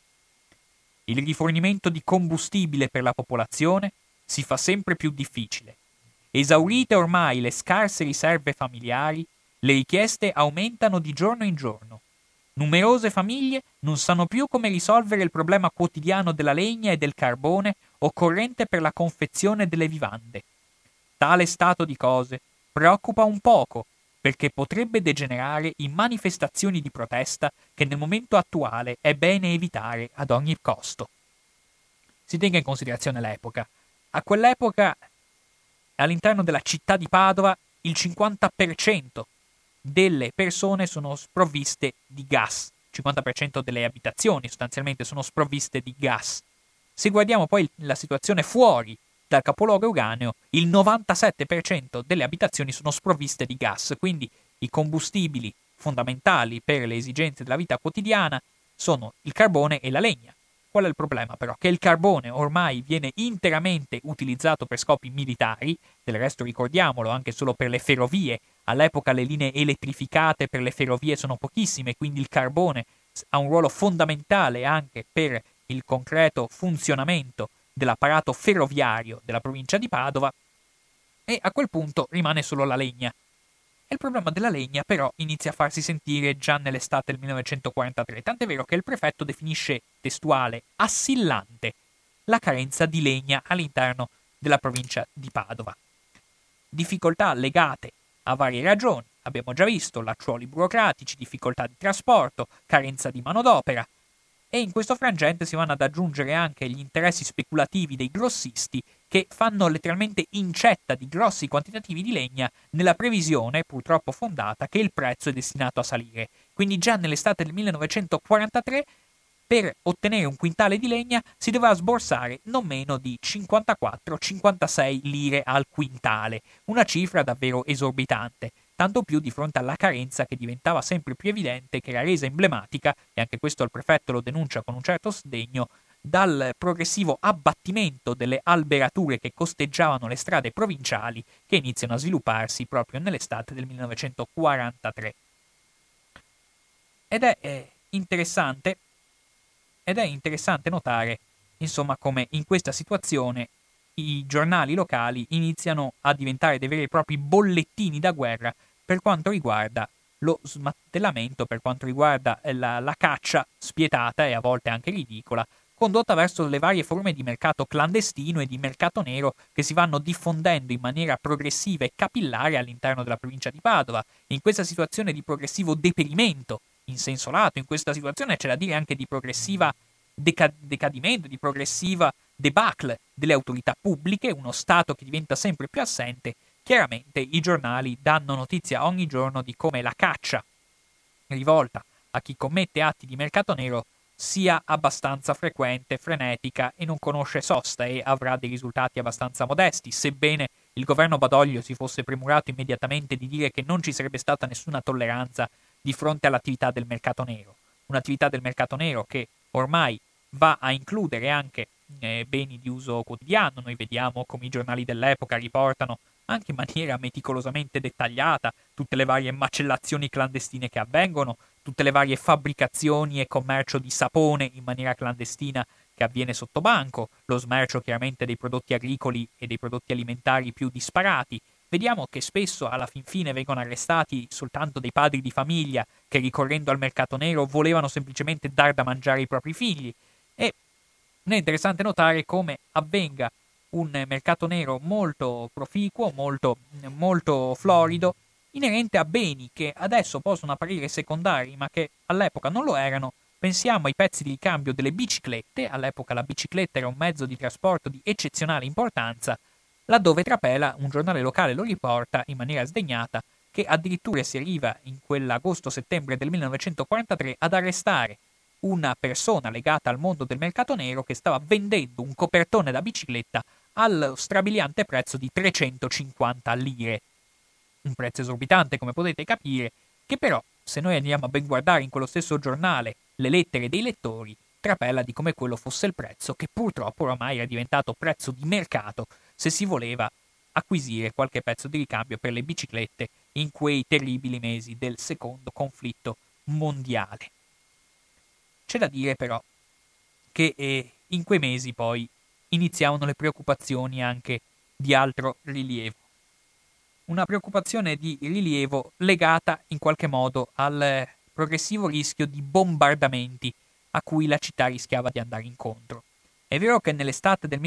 il rifornimento di combustibile per la popolazione si fa sempre più difficile. Esaurite ormai le scarse riserve familiari, le richieste aumentano di giorno in giorno. Numerose famiglie non sanno più come risolvere il problema quotidiano della legna e del carbone occorrente per la confezione delle vivande. Tale stato di cose preoccupa un poco, perché potrebbe degenerare in manifestazioni di protesta che nel momento attuale è bene evitare ad ogni costo. Si tenga in considerazione l'epoca. A quell'epoca, all'interno della città di Padova, il 50% delle persone sono sprovviste di gas. Il 50% delle abitazioni sostanzialmente sono sprovviste di gas. Se guardiamo poi la situazione fuori dal capoluogo euganeo, il 97% delle abitazioni sono sprovviste di gas, quindi i combustibili fondamentali per le esigenze della vita quotidiana sono il carbone e la legna. Qual è il problema però? Che il carbone ormai viene interamente utilizzato per scopi militari, del resto ricordiamolo anche solo per le ferrovie. All'epoca le linee elettrificate per le ferrovie sono pochissime, quindi il carbone ha un ruolo fondamentale anche per il concreto funzionamento dell'apparato ferroviario della provincia di Padova, e a quel punto rimane solo la legna. E il problema della legna però inizia a farsi sentire già nell'estate del 1943, tant'è vero che il prefetto definisce testuale assillante la carenza di legna all'interno della provincia di Padova. Difficoltà legate a varie ragioni, abbiamo già visto, lacciuoli burocratici, difficoltà di trasporto, carenza di manodopera, e in questo frangente si vanno ad aggiungere anche gli interessi speculativi dei grossisti che fanno letteralmente incetta di grossi quantitativi di legna nella previsione, purtroppo fondata, che il prezzo è destinato a salire. Quindi già nell'estate del 1943 per ottenere un quintale di legna si doveva sborsare non meno di 54-56 lire al quintale, una cifra davvero esorbitante. Tanto più di fronte alla carenza che diventava sempre più evidente, che era resa emblematica, e anche questo il prefetto lo denuncia con un certo sdegno, dal progressivo abbattimento delle alberature che costeggiavano le strade provinciali che iniziano a svilupparsi proprio nell'estate del 1943. Ed è interessante notare, insomma, come in questa situazione i giornali locali iniziano a diventare dei veri e propri bollettini da guerra per quanto riguarda lo smantellamento, per quanto riguarda la caccia spietata e a volte anche ridicola, condotta verso le varie forme di mercato clandestino e di mercato nero che si vanno diffondendo in maniera progressiva e capillare all'interno della provincia di Padova. In questa situazione di progressivo deperimento, in senso lato, in questa situazione c'è da dire anche di progressiva decadimento, di progressiva debacle delle autorità pubbliche, uno Stato che diventa sempre più assente. Chiaramente i giornali danno notizia ogni giorno di come la caccia rivolta a chi commette atti di mercato nero sia abbastanza frequente, frenetica e non conosce sosta e avrà dei risultati abbastanza modesti, sebbene il governo Badoglio si fosse premurato immediatamente di dire che non ci sarebbe stata nessuna tolleranza di fronte all'attività del mercato nero. Un'attività del mercato nero che ormai va a includere anche beni di uso quotidiano. Noi vediamo come i giornali dell'epoca riportano anche in maniera meticolosamente dettagliata tutte le varie macellazioni clandestine che avvengono, tutte le varie fabbricazioni e commercio di sapone in maniera clandestina che avviene sotto banco, lo smercio chiaramente dei prodotti agricoli e dei prodotti alimentari più disparati. Vediamo che spesso alla fin fine vengono arrestati soltanto dei padri di famiglia che, ricorrendo al mercato nero, volevano semplicemente dar da mangiare ai propri figli. E è interessante notare come avvenga un mercato nero molto proficuo, molto florido, inerente a beni che adesso possono apparire secondari, ma che all'epoca non lo erano. Pensiamo ai pezzi di ricambio delle biciclette. All'epoca la bicicletta era un mezzo di trasporto di eccezionale importanza, laddove Trapela, un giornale locale, lo riporta in maniera sdegnata, che addirittura si arriva in quell'agosto-settembre del 1943 ad arrestare una persona legata al mondo del mercato nero che stava vendendo un copertone da bicicletta allo strabiliante prezzo di 350 lire. Un prezzo esorbitante, come potete capire, che però, se noi andiamo a ben guardare in quello stesso giornale le lettere dei lettori, trapela di come quello fosse il prezzo, che purtroppo oramai era diventato prezzo di mercato se si voleva acquisire qualche pezzo di ricambio per le biciclette in quei terribili mesi del secondo conflitto mondiale. C'è da dire però che in quei mesi poi iniziavano le preoccupazioni anche di altro rilievo. Una preoccupazione di rilievo legata in qualche modo al progressivo rischio di bombardamenti a cui la città rischiava di andare incontro. È vero che nell'estate del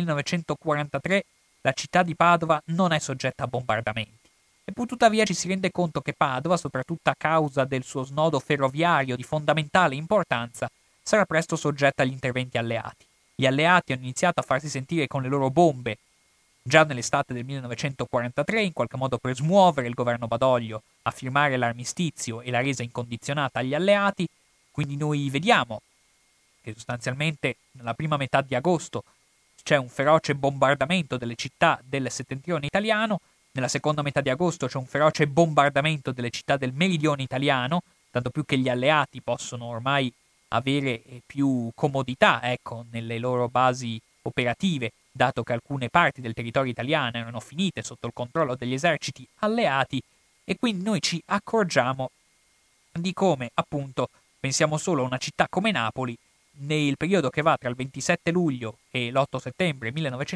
1943 la città di Padova non è soggetta a bombardamenti, e pur tuttavia ci si rende conto che Padova, soprattutto a causa del suo snodo ferroviario di fondamentale importanza, sarà presto soggetta agli interventi alleati. Gli alleati hanno iniziato a farsi sentire con le loro bombe già nell'estate del 1943, in qualche modo per smuovere il governo Badoglio a firmare l'armistizio e la resa incondizionata agli alleati. Quindi noi vediamo che sostanzialmente nella prima metà di agosto c'è un feroce bombardamento delle città del settentrione italiano, nella seconda metà di agosto c'è un feroce bombardamento delle città del meridione italiano, tanto più che gli alleati possono ormai avere più comodità, nelle loro basi operative, dato che alcune parti del territorio italiano erano finite sotto il controllo degli eserciti alleati, e quindi noi ci accorgiamo di come, appunto, pensiamo solo a una città come Napoli, nel periodo che va tra il 27 luglio e l'8 settembre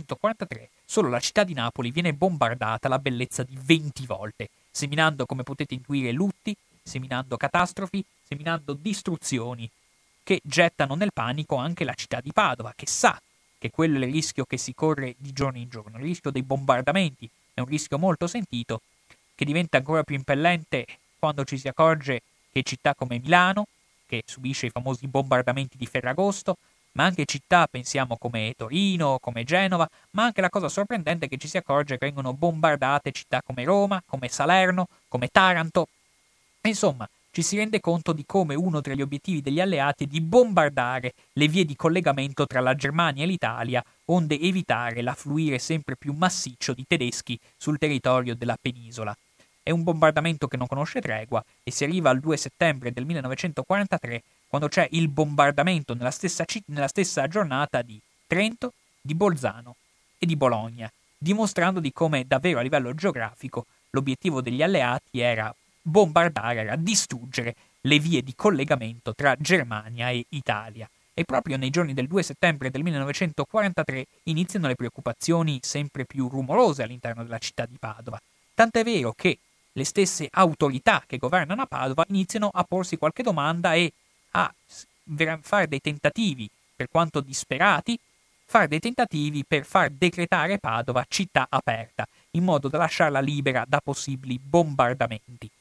1943, solo la città di Napoli viene bombardata alla bellezza di 20 volte, seminando, come potete intuire, lutti, seminando catastrofi, seminando distruzioni, che gettano nel panico anche la città di Padova, che sa che quello è il rischio che si corre di giorno in giorno. Il rischio dei bombardamenti è un rischio molto sentito, che diventa ancora più impellente quando ci si accorge che città come Milano, che subisce i famosi bombardamenti di Ferragosto, ma anche città, pensiamo, come Torino, come Genova, ma anche la cosa sorprendente è che ci si accorge che vengono bombardate città come Roma, come Salerno, come Taranto. Insomma, ci si rende conto di come uno tra gli obiettivi degli alleati è di bombardare le vie di collegamento tra la Germania e l'Italia, onde evitare l'affluire sempre più massiccio di tedeschi sul territorio della penisola. È un bombardamento che non conosce tregua e si arriva al 2 settembre del 1943, quando c'è il bombardamento nella stessa giornata di Trento, di Bolzano e di Bologna, dimostrando di come davvero a livello geografico l'obiettivo degli alleati era bombardare, era distruggere le vie di collegamento tra Germania e Italia. E proprio nei giorni del 2 settembre del 1943 iniziano le preoccupazioni sempre più rumorose all'interno della città di Padova. Tant'è vero che le stesse autorità che governano a Padova iniziano a porsi qualche domanda e a fare dei tentativi, per quanto disperati, fare dei tentativi per far decretare Padova città aperta, in modo da lasciarla libera da possibili bombardamenti.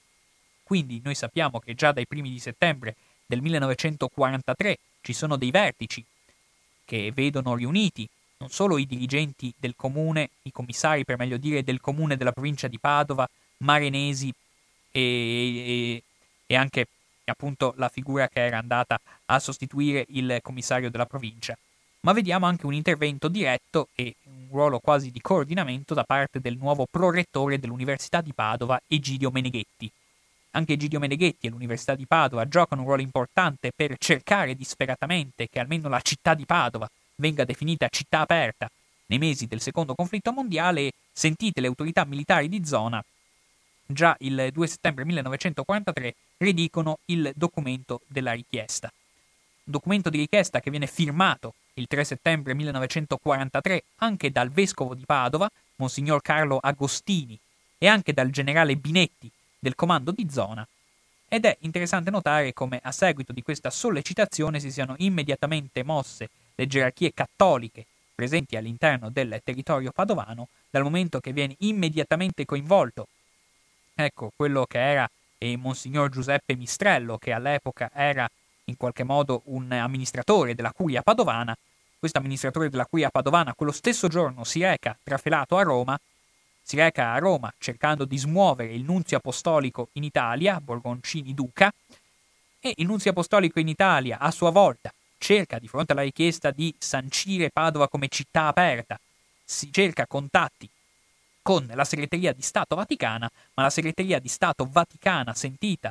Quindi noi sappiamo che già dai primi di settembre del 1943 ci sono dei vertici che vedono riuniti non solo i dirigenti del comune, i commissari per meglio dire del comune della provincia di Padova, Marenesi e anche appunto la figura che era andata a sostituire il commissario della provincia, ma vediamo anche un intervento diretto e un ruolo quasi di coordinamento da parte del nuovo prorettore dell'Università di Padova, Egidio Meneghetti. Anche Egidio Meneghetti e l'Università di Padova giocano un ruolo importante per cercare disperatamente che almeno la città di Padova venga definita città aperta nei mesi del secondo conflitto mondiale e, sentite le autorità militari di zona, già il 2 settembre 1943 redicono il documento della richiesta. Un documento di richiesta che viene firmato il 3 settembre 1943 anche dal vescovo di Padova, Monsignor Carlo Agostini, e anche dal generale Binetti del comando di zona, ed è interessante notare come a seguito di questa sollecitazione si siano immediatamente mosse le gerarchie cattoliche presenti all'interno del territorio padovano, dal momento che viene immediatamente coinvolto, ecco, quello che era Monsignor Giuseppe Mistrello, che all'epoca era in qualche modo un amministratore della curia padovana. Questo amministratore della curia padovana quello stesso giorno si reca trafelato a Roma, si reca a Roma cercando di smuovere il nunzio apostolico in Italia, Borgoncini Duca, e il nunzio apostolico in Italia a sua volta cerca, di fronte alla richiesta di sancire Padova come città aperta, si cerca contatti con la segreteria di Stato vaticana, ma la segreteria di Stato vaticana, sentite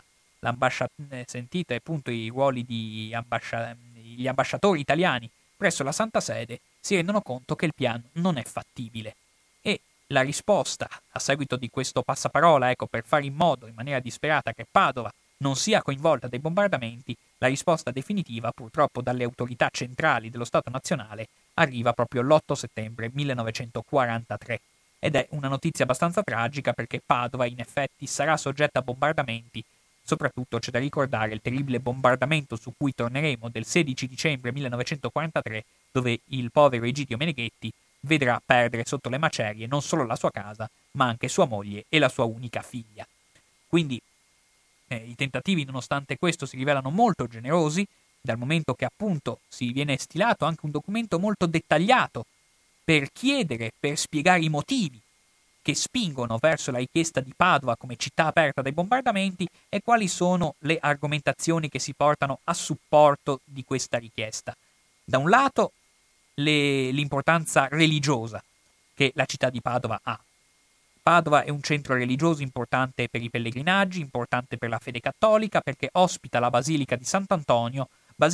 appunto i ruoli di gli ambasciatori italiani presso la Santa Sede, si rendono conto che il piano non è fattibile. E la risposta, a seguito di questo passaparola, ecco, per fare in modo, in maniera disperata, che Padova non sia coinvolta dai bombardamenti, la risposta definitiva, purtroppo dalle autorità centrali dello Stato nazionale, arriva proprio l'8 settembre 1943. Ed è una notizia abbastanza tragica perché Padova in effetti sarà soggetta a bombardamenti. Soprattutto c'è da ricordare il terribile bombardamento su cui torneremo del 16 dicembre 1943, dove il povero Egidio Meneghetti vedrà perdere sotto le macerie non solo la sua casa, ma anche sua moglie e la sua unica figlia. Quindi i tentativi, nonostante questo, si rivelano molto generosi, dal momento che appunto si viene stilato anche un documento molto dettagliato per chiedere, per spiegare i motivi che spingono verso la richiesta di Padova come città aperta dai bombardamenti e quali sono le argomentazioni che si portano a supporto di questa richiesta. Da un lato l'importanza religiosa che la città di Padova ha. Padova è un centro religioso importante per i pellegrinaggi, importante per la fede cattolica, perché ospita la Basilica di Sant'Antonio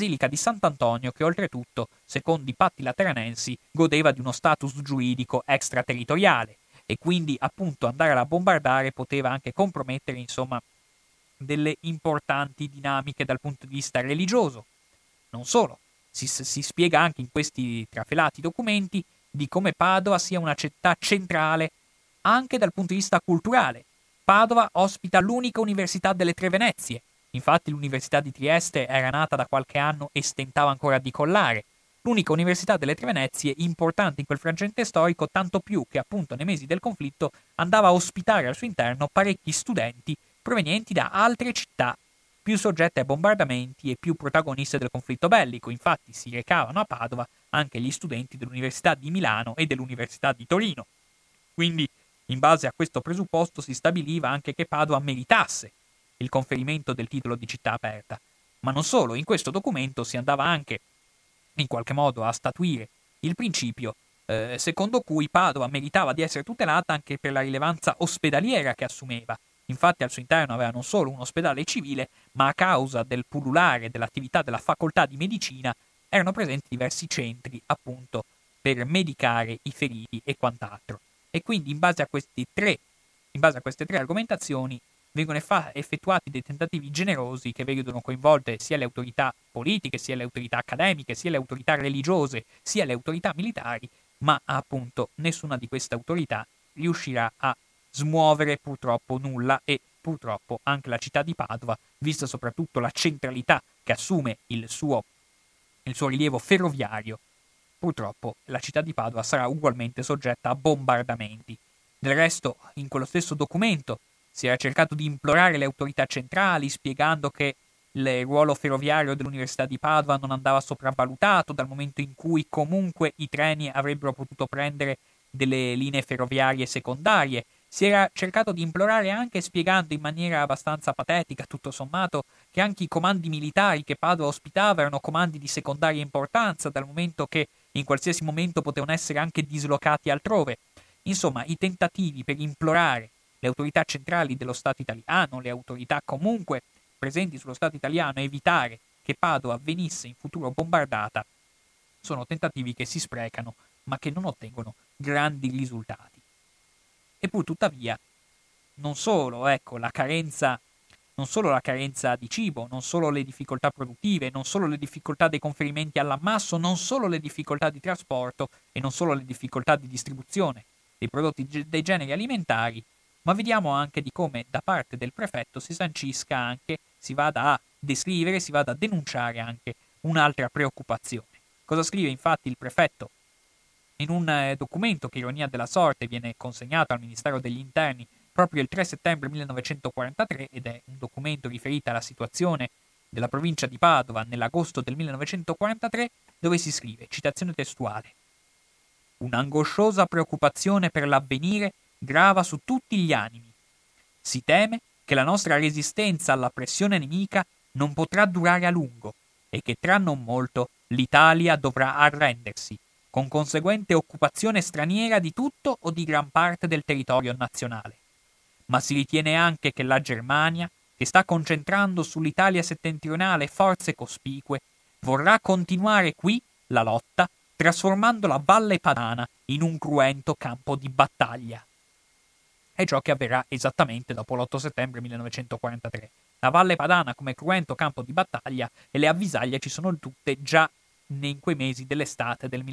che oltretutto, secondo i patti lateranensi, godeva di uno status giuridico extraterritoriale e quindi appunto andare a bombardare poteva anche compromettere, insomma, delle importanti dinamiche dal punto di vista religioso. Non solo, si spiega anche in questi trafelati documenti di come Padova sia una città centrale anche dal punto di vista culturale. Padova ospita l'unica università delle Tre Venezie. Infatti l'Università di Trieste era nata da qualche anno e stentava ancora a decollare. L'unica università delle Tre Venezie importante in quel frangente storico, tanto più che appunto nei mesi del conflitto andava a ospitare al suo interno parecchi studenti provenienti da altre città più soggette ai bombardamenti e più protagoniste del conflitto bellico. Infatti si recavano a Padova anche gli studenti dell'Università di Milano e dell'Università di Torino. Quindi, in base a questo presupposto, si stabiliva anche che Padova meritasse il conferimento del titolo di città aperta. Ma non solo, in questo documento si andava anche, in qualche modo, a statuire il principio secondo cui Padova meritava di essere tutelata anche per la rilevanza ospedaliera che assumeva. Infatti al suo interno aveva non solo un ospedale civile, ma a causa del pullulare dell'attività della facoltà di medicina erano presenti diversi centri, appunto, per medicare i feriti e quant'altro. E quindi in base a queste tre argomentazioni vengono effettuati dei tentativi generosi che vedono coinvolte sia le autorità politiche, sia le autorità accademiche, sia le autorità religiose, sia le autorità militari, ma appunto nessuna di queste autorità riuscirà a smuovere purtroppo nulla e purtroppo anche la città di Padova, vista soprattutto la centralità che assume il suo rilievo ferroviario, purtroppo la città di Padova sarà ugualmente soggetta a bombardamenti. Del resto, in quello stesso documento si era cercato di implorare le autorità centrali, spiegando che il ruolo ferroviario dell'Università di Padova non andava sopravvalutato, dal momento in cui comunque i treni avrebbero potuto prendere delle linee ferroviarie secondarie. Si era cercato di implorare anche spiegando in maniera abbastanza patetica, tutto sommato, che anche i comandi militari che Padova ospitava erano comandi di secondaria importanza, dal momento che in qualsiasi momento potevano essere anche dislocati altrove. Insomma, i tentativi per implorare le autorità centrali dello Stato italiano, le autorità comunque presenti sullo Stato italiano, a evitare che Padova venisse in futuro bombardata, sono tentativi che si sprecano, ma che non ottengono grandi risultati. E pur tuttavia, non solo la carenza di cibo, non solo le difficoltà produttive, non solo le difficoltà dei conferimenti all'ammasso, non solo le difficoltà di trasporto e non solo le difficoltà di distribuzione dei prodotti dei generi alimentari, ma vediamo anche di come da parte del prefetto si sancisca anche, si vada a descrivere, si vada a denunciare anche un'altra preoccupazione. Cosa scrive infatti il prefetto? In un documento che, ironia della sorte, viene consegnato al Ministero degli Interni proprio il 3 settembre 1943 ed è un documento riferito alla situazione della provincia di Padova nell'agosto del 1943, dove si scrive, citazione testuale: «Un'angosciosa preoccupazione per l'avvenire grava su tutti gli animi. Si teme che la nostra resistenza alla pressione nemica non potrà durare a lungo e che tra non molto l'Italia dovrà arrendersi, con conseguente occupazione straniera di tutto o di gran parte del territorio nazionale. Ma si ritiene anche che la Germania, che sta concentrando sull'Italia settentrionale forze cospicue, vorrà continuare qui la lotta, trasformando la Valle Padana in un cruento campo di battaglia». È ciò che avverrà esattamente dopo l'8 settembre 1943. La Valle Padana come cruento campo di battaglia e le avvisaglie ci sono tutte già in quei mesi dell'estate del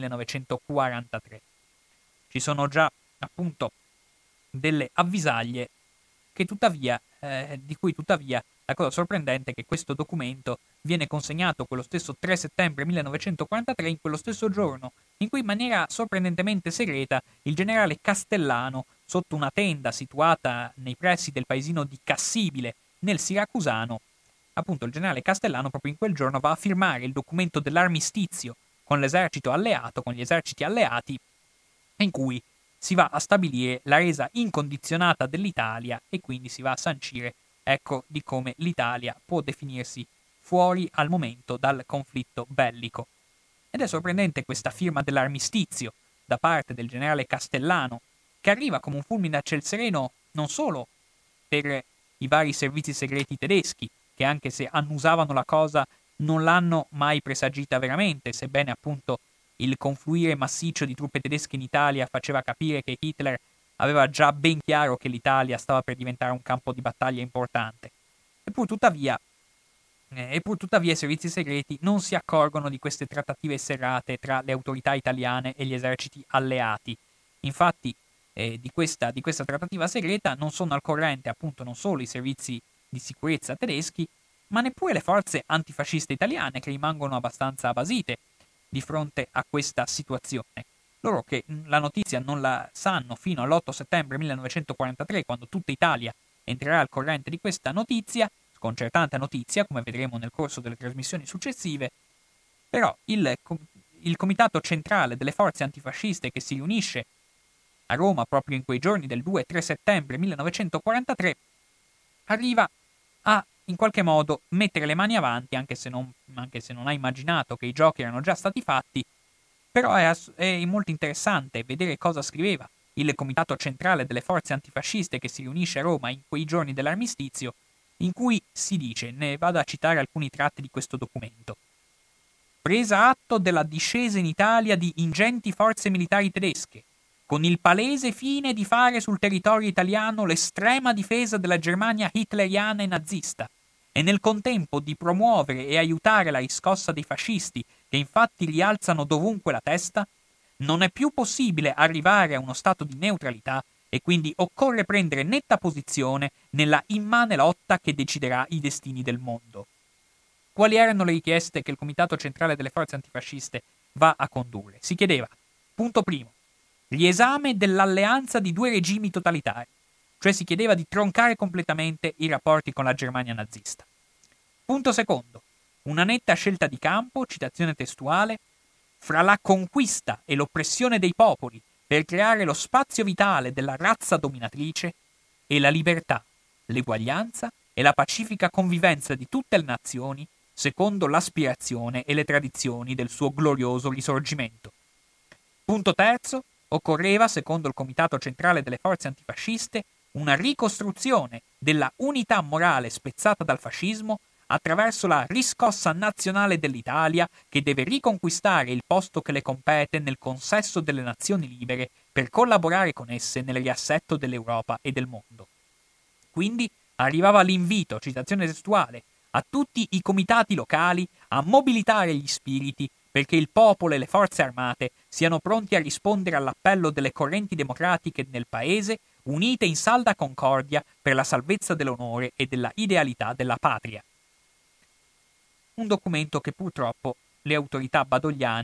1943. Ci sono già appunto delle avvisaglie che tuttavia, di cui tuttavia la cosa sorprendente è che questo documento viene consegnato quello stesso 3 settembre 1943, in quello stesso giorno in cui in maniera sorprendentemente segreta il generale Castellano, sotto una tenda situata nei pressi del paesino di Cassibile, nel Siracusano, appunto il generale Castellano proprio in quel giorno va a firmare il documento dell'armistizio con l'esercito alleato, con gli eserciti alleati, in cui si va a stabilire la resa incondizionata dell'Italia e quindi si va a sancire, ecco, di come l'Italia può definirsi fuori al momento dal conflitto bellico. Ed è sorprendente questa firma dell'armistizio da parte del generale Castellano, che arriva come un fulmine a ciel sereno non solo per i vari servizi segreti tedeschi, che anche se annusavano la cosa non l'hanno mai presagita veramente, sebbene appunto il confluire massiccio di truppe tedesche in Italia faceva capire che Hitler aveva già ben chiaro che l'Italia stava per diventare un campo di battaglia importante. Eppur tuttavia i servizi segreti non si accorgono di queste trattative serrate tra le autorità italiane e gli eserciti alleati. Infatti di questa trattativa segreta non sono al corrente appunto non solo i servizi di sicurezza tedeschi, ma neppure le forze antifasciste italiane, che rimangono abbastanza basite di fronte a questa situazione. Loro che la notizia non la sanno fino all'8 settembre 1943, quando tutta Italia entrerà al corrente di questa notizia, sconcertante notizia, come vedremo nel corso delle trasmissioni successive. Però il Comitato Centrale delle Forze Antifasciste, che si riunisce a Roma proprio in quei giorni del 2-3 settembre 1943, arriva a in qualche modo mettere le mani avanti, anche se non ha immaginato che i giochi erano già stati fatti. Però è molto interessante vedere cosa scriveva il Comitato Centrale delle Forze Antifasciste, che si riunisce a Roma in quei giorni dell'armistizio, in cui si dice, ne vado a citare alcuni tratti di questo documento: «Presa atto della discesa in Italia di ingenti forze militari tedesche, con il palese fine di fare sul territorio italiano l'estrema difesa della Germania hitleriana e nazista, e nel contempo di promuovere e aiutare la riscossa dei fascisti, che infatti rialzano dovunque la testa, non è più possibile arrivare a uno stato di neutralità e quindi occorre prendere netta posizione nella immane lotta che deciderà i destini del mondo». Quali erano le richieste che il Comitato Centrale delle Forze Antifasciste va a condurre? Si chiedeva, punto primo, riesame dell'alleanza di due regimi totalitari, cioè si chiedeva di troncare completamente i rapporti con la Germania nazista. Punto secondo, una netta scelta di campo, citazione testuale, fra la conquista e l'oppressione dei popoli per creare lo spazio vitale della razza dominatrice e la libertà, l'eguaglianza e la pacifica convivenza di tutte le nazioni secondo l'aspirazione e le tradizioni del suo glorioso risorgimento. Punto terzo, occorreva, secondo il Comitato Centrale delle Forze Antifasciste, una ricostruzione della unità morale spezzata dal fascismo attraverso la riscossa nazionale dell'Italia, che deve riconquistare il posto che le compete nel consesso delle nazioni libere per collaborare con esse nel riassetto dell'Europa e del mondo. Quindi arrivava l'invito, citazione testuale, a tutti i comitati locali a mobilitare gli spiriti perché il popolo e le forze armate siano pronti a rispondere all'appello delle correnti democratiche nel paese, unite in salda concordia per la salvezza dell'onore e della idealità della patria. Un documento che purtroppo le autorità badogliane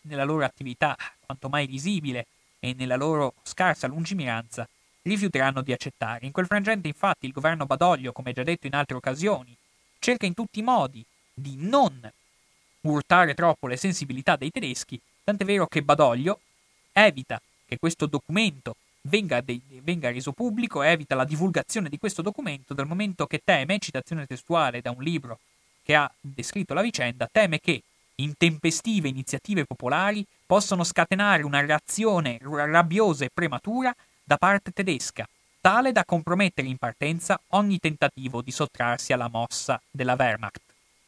nella loro attività quanto mai risibile e nella loro scarsa lungimiranza, rifiuteranno di accettare. In quel frangente, infatti, il governo Badoglio, come già detto in altre occasioni, cerca in tutti i modi di non urtare troppo le sensibilità dei tedeschi, tant'è vero che Badoglio evita che questo documento venga reso pubblico, evita la divulgazione di questo documento, dal momento che teme, citazione testuale da un libro che ha descritto la vicenda, teme che intempestive iniziative popolari possano scatenare una reazione rabbiosa e prematura da parte tedesca, tale da compromettere in partenza ogni tentativo di sottrarsi alla mossa della Wehrmacht.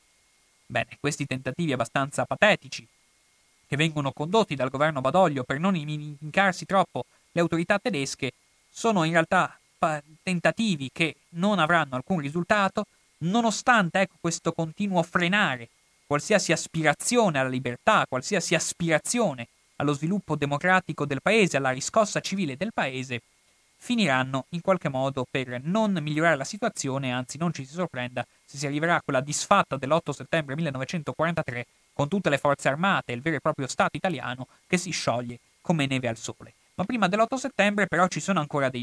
Bene, questi tentativi abbastanza patetici, che vengono condotti dal governo Badoglio per non inimicarsi troppo le autorità tedesche, sono in realtà tentativi che non avranno alcun risultato, nonostante questo continuo frenare qualsiasi aspirazione alla libertà, qualsiasi aspirazione allo sviluppo democratico del paese, alla riscossa civile del paese, finiranno in qualche modo per non migliorare la situazione, anzi non ci si sorprenda se si arriverà a quella disfatta dell'8 settembre 1943 con tutte le forze armate e il vero e proprio Stato italiano che si scioglie come neve al sole. Ma prima dell'8 settembre però ci sono ancora dei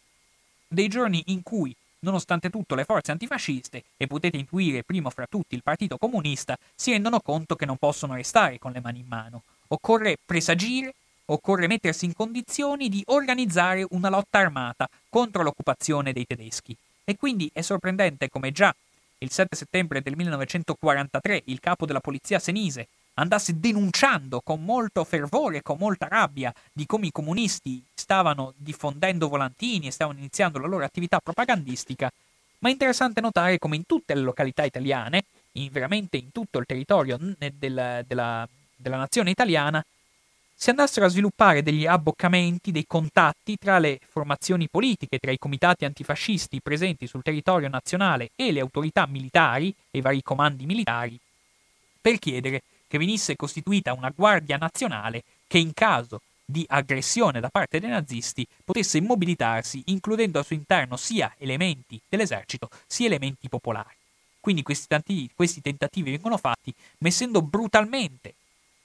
giorni in cui, nonostante tutto, le forze antifasciste, e potete intuire primo fra tutti il Partito Comunista, si rendono conto che non possono restare con le mani in mano. Occorre presagire, occorre mettersi in condizioni di organizzare una lotta armata contro l'occupazione dei tedeschi. E quindi è sorprendente come già il 7 settembre del 1943 il capo della polizia senise andasse denunciando con molto fervore, con molta rabbia, di come i comunisti stavano diffondendo volantini e stavano iniziando la loro attività propagandistica, ma è interessante notare come in tutte le località italiane, veramente in tutto il territorio della nazione italiana, si andassero a sviluppare degli abboccamenti, dei contatti tra le formazioni politiche, tra i comitati antifascisti presenti sul territorio nazionale e le autorità militari e i vari comandi militari, per chiedere che venisse costituita una guardia nazionale che in caso di aggressione da parte dei nazisti potesse mobilitarsi includendo al suo interno sia elementi dell'esercito sia elementi popolari. Quindi questi tentativi vengono fatti, ma essendo brutalmente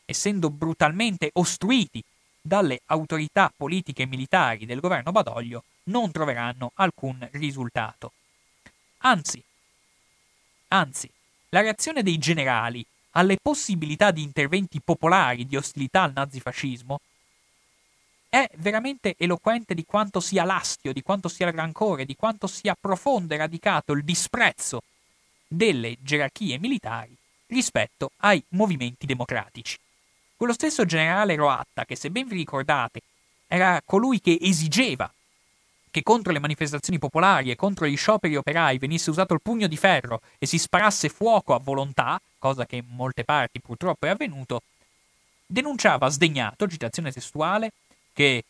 ostruiti dalle autorità politiche e militari del governo Badoglio, non troveranno alcun risultato. Anzi, la reazione dei generali alle possibilità di interventi popolari di ostilità al nazifascismo è veramente eloquente di quanto sia l'astio, di quanto sia il rancore, di quanto sia profondo e radicato il disprezzo delle gerarchie militari rispetto ai movimenti democratici. Quello stesso generale Roatta, che se ben vi ricordate era colui che esigeva che contro le manifestazioni popolari e contro gli scioperi operai venisse usato il pugno di ferro e si sparasse fuoco a volontà, cosa che in molte parti purtroppo è avvenuto, denunciava sdegnato, citazione testuale, che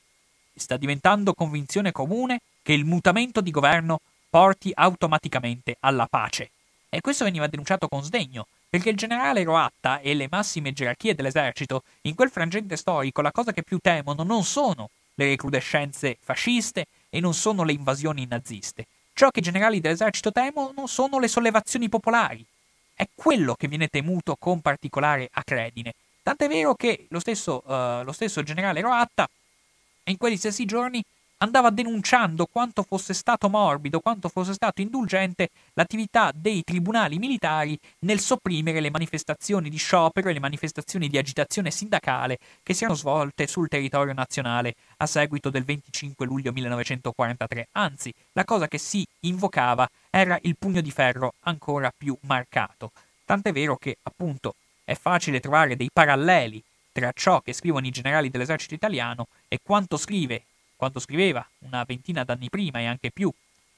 sta diventando convinzione comune che il mutamento di governo porti automaticamente alla pace. E questo veniva denunciato con sdegno, perché il generale Roatta e le massime gerarchie dell'esercito in quel frangente storico la cosa che più temono non sono le recrudescenze fasciste e non sono le invasioni naziste. Ciò che i generali dell'esercito temono sono le sollevazioni popolari. È quello che viene temuto con particolare acredine. Tant'è vero che lo stesso generale Roatta in quegli stessi giorni andava denunciando quanto fosse stato morbido, quanto fosse stato indulgente l'attività dei tribunali militari nel sopprimere le manifestazioni di sciopero e le manifestazioni di agitazione sindacale che si erano svolte sul territorio nazionale a seguito del 25 luglio 1943. Anzi, la cosa che si invocava era il pugno di ferro ancora più marcato. Tant'è vero che, appunto, è facile trovare dei paralleli tra ciò che scrivono i generali dell'esercito italiano e quanto scriveva una ventina d'anni prima e anche più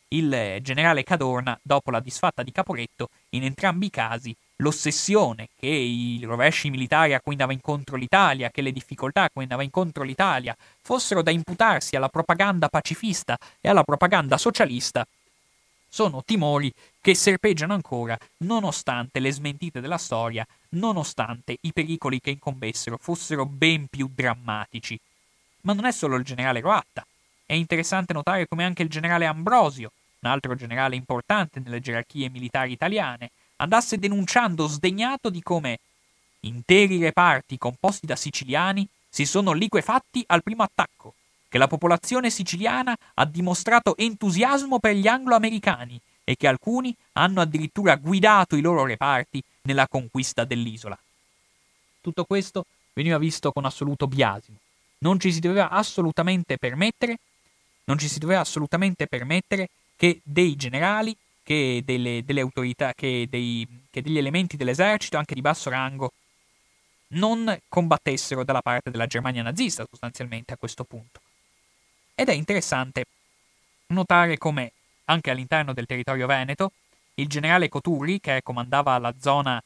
il generale Cadorna dopo la disfatta di Caporetto. In entrambi i casi l'ossessione che i rovesci militari a cui andava incontro l'Italia, che le difficoltà a cui andava incontro l'Italia fossero da imputarsi alla propaganda pacifista e alla propaganda socialista sono timori che serpeggiano ancora nonostante le smentite della storia, nonostante i pericoli che incombessero fossero ben più drammatici. Ma non è solo il generale Roatta. È interessante notare come anche il generale Ambrosio, un altro generale importante nelle gerarchie militari italiane, andasse denunciando sdegnato di come interi reparti composti da siciliani si sono liquefatti al primo attacco, che la popolazione siciliana ha dimostrato entusiasmo per gli anglo-americani e che alcuni hanno addirittura guidato i loro reparti nella conquista dell'isola. Tutto questo veniva visto con assoluto biasimo. Non ci si doveva assolutamente permettere che dei generali, che delle autorità, che degli elementi dell'esercito, anche di basso rango, non combattessero dalla parte della Germania nazista, sostanzialmente, a questo punto. Ed è interessante notare come, anche all'interno del territorio veneto, il generale Coturri, che comandava la zona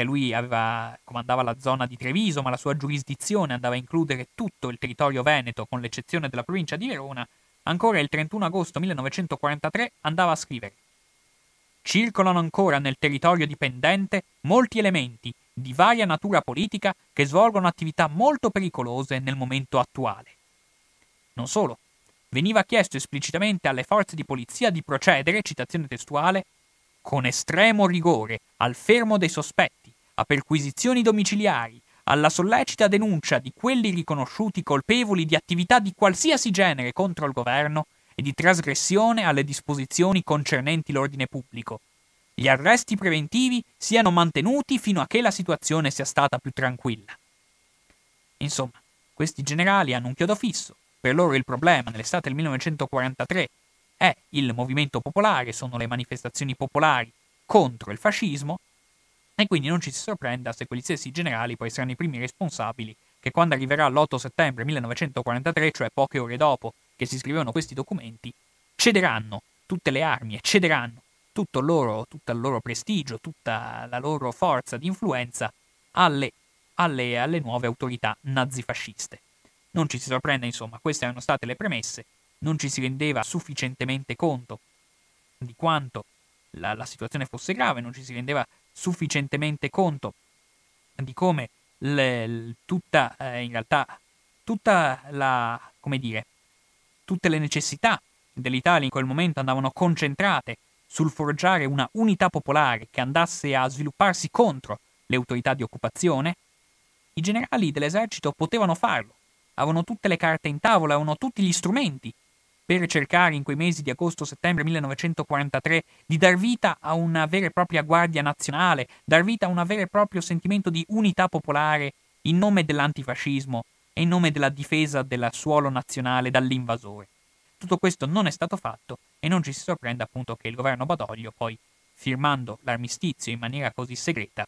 di Treviso, ma la sua giurisdizione andava a includere tutto il territorio veneto, con l'eccezione della provincia di Verona, ancora il 31 agosto 1943 andava a scrivere: circolano ancora nel territorio dipendente molti elementi di varia natura politica che svolgono attività molto pericolose nel momento attuale. Non solo, veniva chiesto esplicitamente alle forze di polizia di procedere, citazione testuale, con estremo rigore al fermo dei sospetti, a perquisizioni domiciliari, alla sollecita denuncia di quelli riconosciuti colpevoli di attività di qualsiasi genere contro il governo e di trasgressione alle disposizioni concernenti l'ordine pubblico. Gli arresti preventivi siano mantenuti fino a che la situazione sia stata più tranquilla. Insomma, questi generali hanno un chiodo fisso. Per loro il problema nell'estate del 1943 è il movimento popolare, sono le manifestazioni popolari contro il fascismo, e quindi non ci si sorprenda se quegli stessi generali poi saranno i primi responsabili che quando arriverà l'8 settembre 1943, cioè poche ore dopo che si scrivevano questi documenti, cederanno tutte le armi e cederanno tutto il loro prestigio, tutta la loro forza di influenza alle nuove autorità nazifasciste. Non ci si sorprende, insomma, queste erano state le premesse, non ci si rendeva sufficientemente conto di quanto la situazione fosse grave, non ci si rendeva sufficientemente conto di come tutte le necessità dell'Italia in quel momento andavano concentrate sul forgiare una unità popolare che andasse a svilupparsi contro le autorità di occupazione. I generali dell'esercito potevano farlo, avevano tutte le carte in tavola, avevano tutti gli strumenti per cercare in quei mesi di agosto-settembre 1943 di dar vita a una vera e propria guardia nazionale, dar vita a un vero e proprio sentimento di unità popolare in nome dell'antifascismo e in nome della difesa del suolo nazionale dall'invasore. Tutto questo non è stato fatto e non ci si sorprende appunto che il governo Badoglio poi, firmando l'armistizio in maniera così segreta,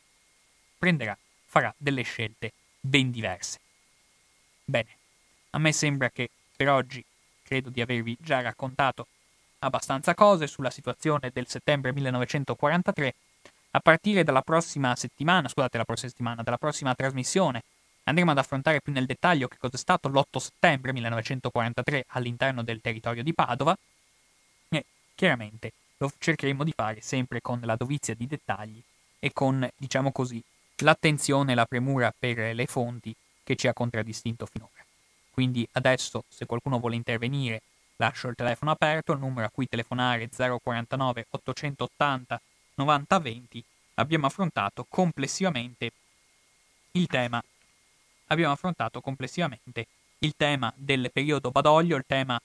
farà delle scelte ben diverse. Bene, a me sembra che per oggi credo di avervi già raccontato abbastanza cose sulla situazione del settembre 1943. A partire dalla prossima trasmissione, andremo ad affrontare più nel dettaglio che cosa è stato l'8 settembre 1943 all'interno del territorio di Padova e chiaramente lo cercheremo di fare sempre con la dovizia di dettagli e con, diciamo così, l'attenzione e la premura per le fonti che ci ha contraddistinto finora. Quindi adesso, se qualcuno vuole intervenire, lascio il telefono aperto, il numero a cui telefonare è 049 880 90 20. Abbiamo affrontato complessivamente il tema del periodo Badoglio, il tema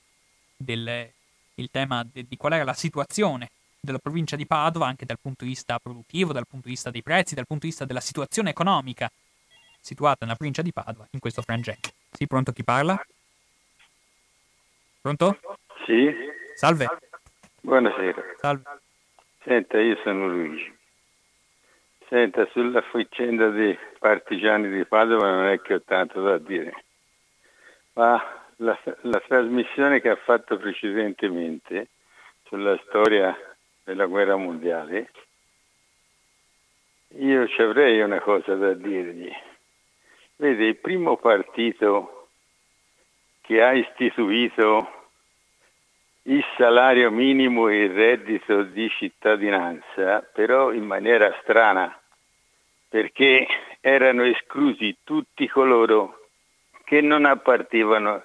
di qual era la situazione della provincia di Padova, anche dal punto di vista produttivo, dal punto di vista dei prezzi, dal punto di vista della situazione economica situata nella provincia di Padova in questo frangente. Sì, pronto, chi parla? Pronto? Sì. Salve. Buonasera. Salve. Senta, io sono Luigi. Senta, sulla faccenda dei partigiani di Padova non è che ho tanto da dire, ma la trasmissione che ha fatto precedentemente sulla storia della guerra mondiale, io ci avrei una cosa da dirgli. Vede, il primo partito che ha istituito il salario minimo e il reddito di cittadinanza, però in maniera strana, perché erano esclusi tutti coloro che non appartenevano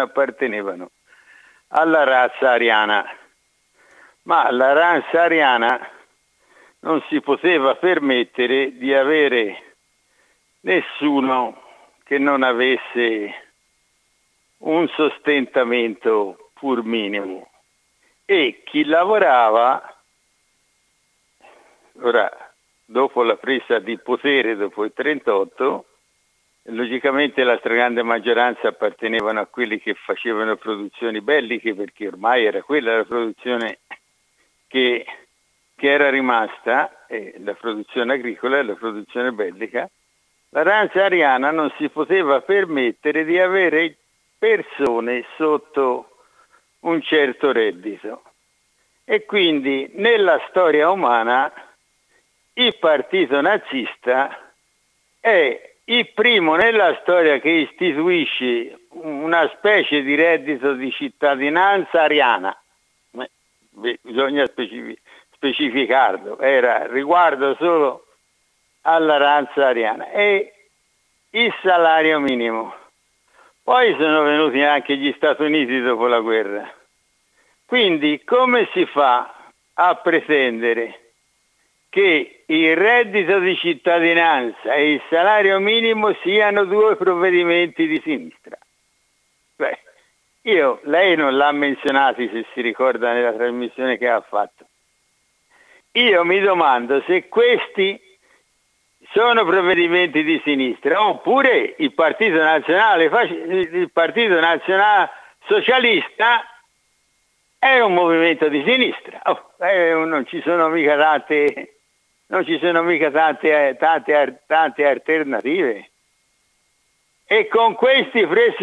alla razza ariana. Ma la razza ariana non si poteva permettere di avere nessuno che non avesse un sostentamento pur minimo, e chi lavorava, ora dopo la presa di potere, dopo il 38, logicamente la stragrande maggioranza appartenevano a quelli che facevano produzioni belliche, perché ormai era quella la produzione che era rimasta, la produzione agricola e la produzione bellica. La ranza ariana non si poteva permettere di avere persone sotto un certo reddito, e quindi nella storia umana il partito nazista è il primo nella storia che istituisce una specie di reddito di cittadinanza ariana. Bisogna specificarlo, era riguardo solo alla ranza ariana, e il salario minimo. Poi sono venuti anche gli Stati Uniti dopo la guerra. Quindi come si fa a pretendere che il reddito di cittadinanza e il salario minimo siano due provvedimenti di sinistra? Beh, lei non l'ha menzionati, se si ricorda, nella trasmissione che ha fatto. Io mi domando se questi sono provvedimenti di sinistra, oppure il Partito Nazionale Socialista è un movimento di sinistra. Non ci sono mica tante alternative. E con questi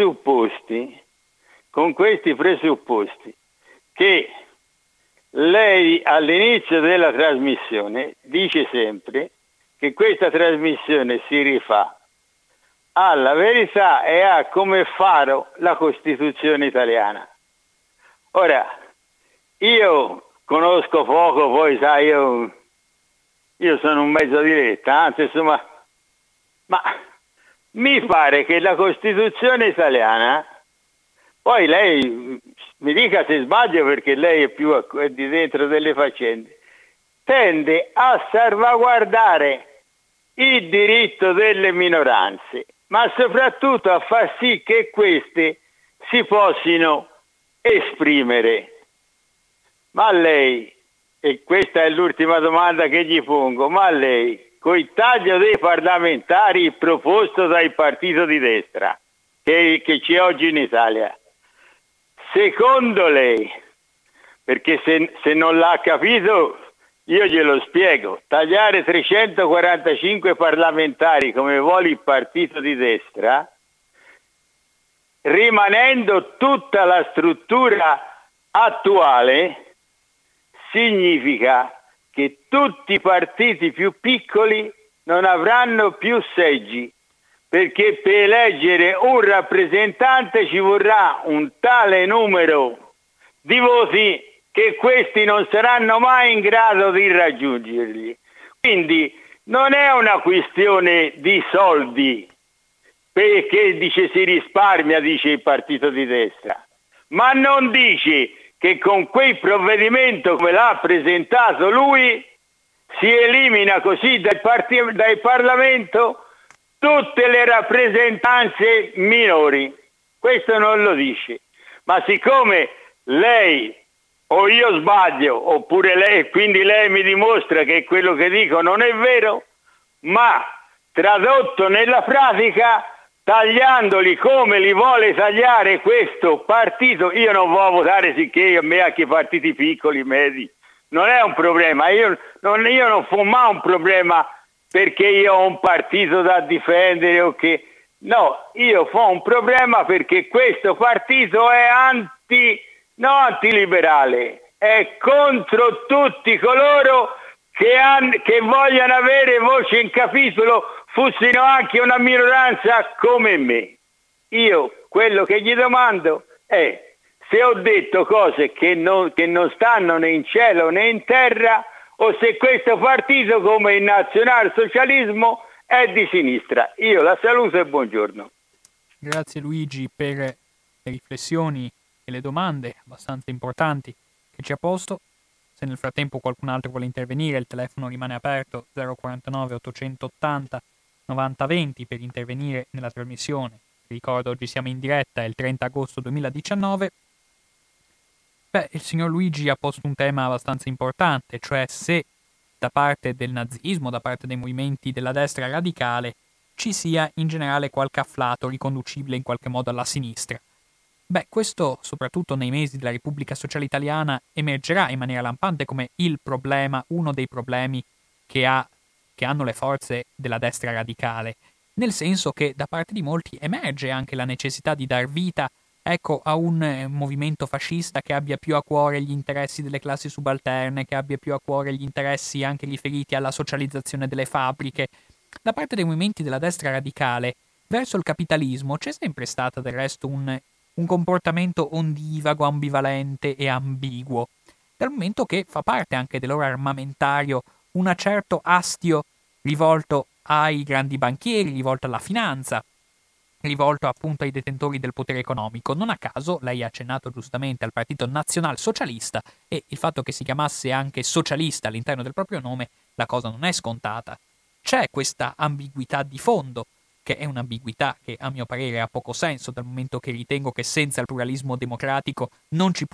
presupposti che lei all'inizio della trasmissione dice sempre che questa trasmissione si rifà alla verità e ha come faro la Costituzione italiana. Ora, io conosco poco, poi sai, io sono un mezzo dilettante, insomma, ma mi pare che la Costituzione italiana, poi lei mi dica se sbaglio perché lei è più di dentro delle faccende, tende a salvaguardare il diritto delle minoranze, ma soprattutto a far sì che queste si possano esprimere. Ma lei, e questa è l'ultima domanda che gli pongo, ma lei, con il taglio dei parlamentari proposto dal partito di destra che c'è oggi in Italia, secondo lei, perché se non l'ha capito io glielo spiego, tagliare 345 parlamentari come vuole il partito di destra, rimanendo tutta la struttura attuale, significa che tutti i partiti più piccoli non avranno più seggi, perché per eleggere un rappresentante ci vorrà un tale numero di voti che questi non saranno mai in grado di raggiungerli. Quindi non è una questione di soldi, perché dice si risparmia, dice il partito di destra, ma non dice che con quel provvedimento come l'ha presentato lui si elimina così dal Parlamento tutte le rappresentanze minori. Questo non lo dice, ma siccome lei o io sbaglio, oppure lei, quindi lei mi dimostra che quello che dico non è vero, ma tradotto nella pratica, tagliandoli come li vuole tagliare questo partito, io non voglio votare sicché a me anche i partiti piccoli, medi, non è un problema, io non fu mai un problema perché io ho un partito da difendere o che... No, io ho un problema perché questo partito è antiliberale, è contro tutti coloro che vogliono avere voce in capitolo, fossero anche una minoranza come me. Io quello che gli domando è se ho detto cose che non stanno né in cielo né in terra, o se questo partito come il nazionalsocialismo è di sinistra. Io la saluto e buongiorno. Grazie Luigi per le riflessioni e le domande abbastanza importanti che ci ha posto. Se nel frattempo qualcun altro vuole intervenire, il telefono rimane aperto 049 880 9020 per intervenire nella trasmissione. Ricordo, oggi siamo in diretta, è il 30 agosto 2019. Il signor Luigi ha posto un tema abbastanza importante, cioè se da parte del nazismo, da parte dei movimenti della destra radicale, ci sia in generale qualche afflato riconducibile in qualche modo alla sinistra. Questo, soprattutto nei mesi della Repubblica Sociale Italiana, emergerà in maniera lampante come il problema, uno dei problemi che hanno le forze della destra radicale, nel senso che da parte di molti emerge anche la necessità di dar vita, a un movimento fascista che abbia più a cuore gli interessi delle classi subalterne, che abbia più a cuore gli interessi anche riferiti alla socializzazione delle fabbriche. Da parte dei movimenti della destra radicale, verso il capitalismo c'è sempre stata del resto un comportamento ondivago, ambivalente e ambiguo, dal momento che fa parte anche del loro armamentario un certo astio rivolto ai grandi banchieri, rivolto alla finanza, rivolto appunto ai detentori del potere economico. Non a caso lei ha accennato giustamente al Partito Nazionalsocialista, e il fatto che si chiamasse anche socialista all'interno del proprio nome, la cosa non è scontata. C'è questa ambiguità di fondo, che è un'ambiguità che a mio parere ha poco senso, dal momento che ritengo che senza il pluralismo democratico non ci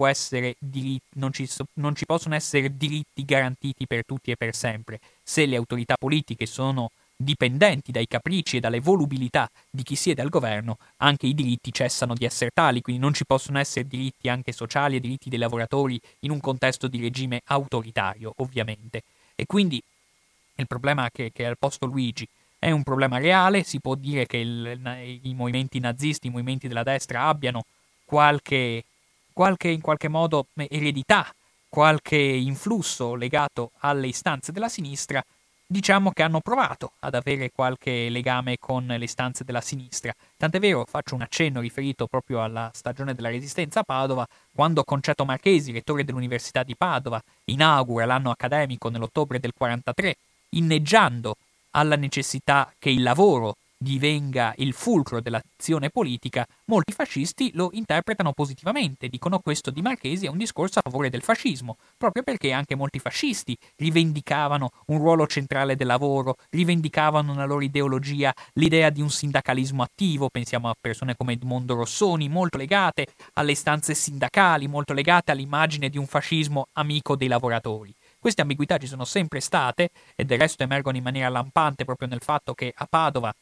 possono essere diritti garantiti per tutti e per sempre. Se le autorità politiche sono dipendenti dai capricci e dalle volubilità di chi siede al governo, anche i diritti cessano di essere tali, quindi non ci possono essere diritti anche sociali e diritti dei lavoratori in un contesto di regime autoritario, ovviamente. E quindi il problema che ha posto Luigi è un problema reale. Si può dire che i movimenti nazisti, i movimenti della destra abbiano qualche in qualche modo eredità, qualche influsso legato alle istanze della sinistra. Diciamo che hanno provato ad avere qualche legame con le istanze della sinistra. Tant'è vero, faccio un accenno riferito proprio alla stagione della Resistenza a Padova, quando Concetto Marchesi, rettore dell'Università di Padova, inaugura l'anno accademico nell'ottobre del 43, inneggiando alla necessità che il lavoro divenga il fulcro dell'azione politica, molti fascisti lo interpretano positivamente, dicono questo di Marchesi è un discorso a favore del fascismo, proprio perché anche molti fascisti rivendicavano un ruolo centrale del lavoro, rivendicavano nella loro ideologia l'idea di un sindacalismo attivo. Pensiamo a persone come Edmondo Rossoni, molto legate alle istanze sindacali, molto legate all'immagine di un fascismo amico dei lavoratori. Queste ambiguità ci sono sempre state e del resto emergono in maniera lampante proprio nel fatto che a Padova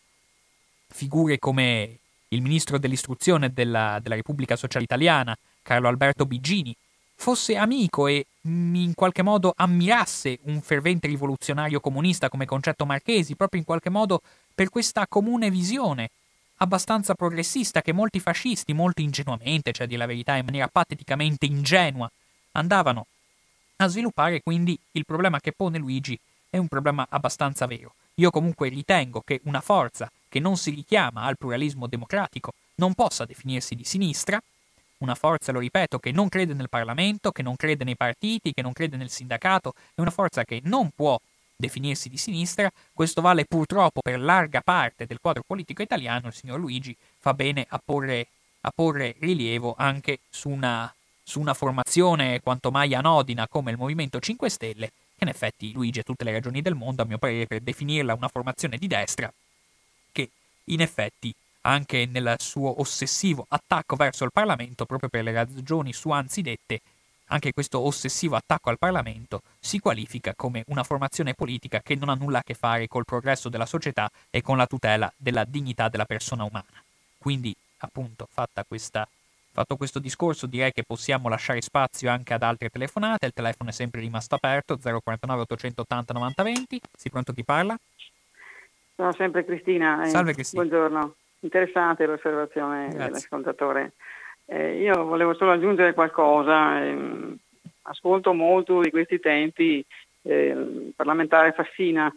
figure come il ministro dell'istruzione della Repubblica Sociale Italiana, Carlo Alberto Bigini, fosse amico e in qualche modo ammirasse un fervente rivoluzionario comunista come Concetto Marchesi, proprio in qualche modo per questa comune visione abbastanza progressista che molti fascisti, molto ingenuamente, cioè a dire la verità in maniera pateticamente ingenua, andavano a sviluppare. Quindi il problema che pone Luigi è un problema abbastanza vero. Io comunque ritengo che una forza che non si richiama al pluralismo democratico non possa definirsi di sinistra, una forza, lo ripeto, che non crede nel Parlamento, che non crede nei partiti, che non crede nel sindacato, è una forza che non può definirsi di sinistra. Questo vale purtroppo per larga parte del quadro politico italiano. Il signor Luigi fa bene a porre rilievo anche su una formazione quanto mai anodina come il Movimento 5 Stelle, che in effetti Luigi ha tutte le ragioni del mondo, a mio parere, per definirla una formazione di destra, che in effetti anche nel suo ossessivo attacco verso il Parlamento, proprio per le ragioni su anzi dette, anche questo ossessivo attacco al Parlamento si qualifica come una formazione politica che non ha nulla a che fare col progresso della società e con la tutela della dignità della persona umana. Quindi, appunto, fatto questo discorso, direi che possiamo lasciare spazio anche ad altre telefonate. Il telefono è sempre rimasto aperto, 049 880 9020. Sì, pronto, chi parla? Sono sempre Cristina. Salve Cristina. Buongiorno. Interessante l'osservazione dell'ascoltatore. Io volevo solo aggiungere qualcosa. Ascolto molto di questi tempi il parlamentare Fassina,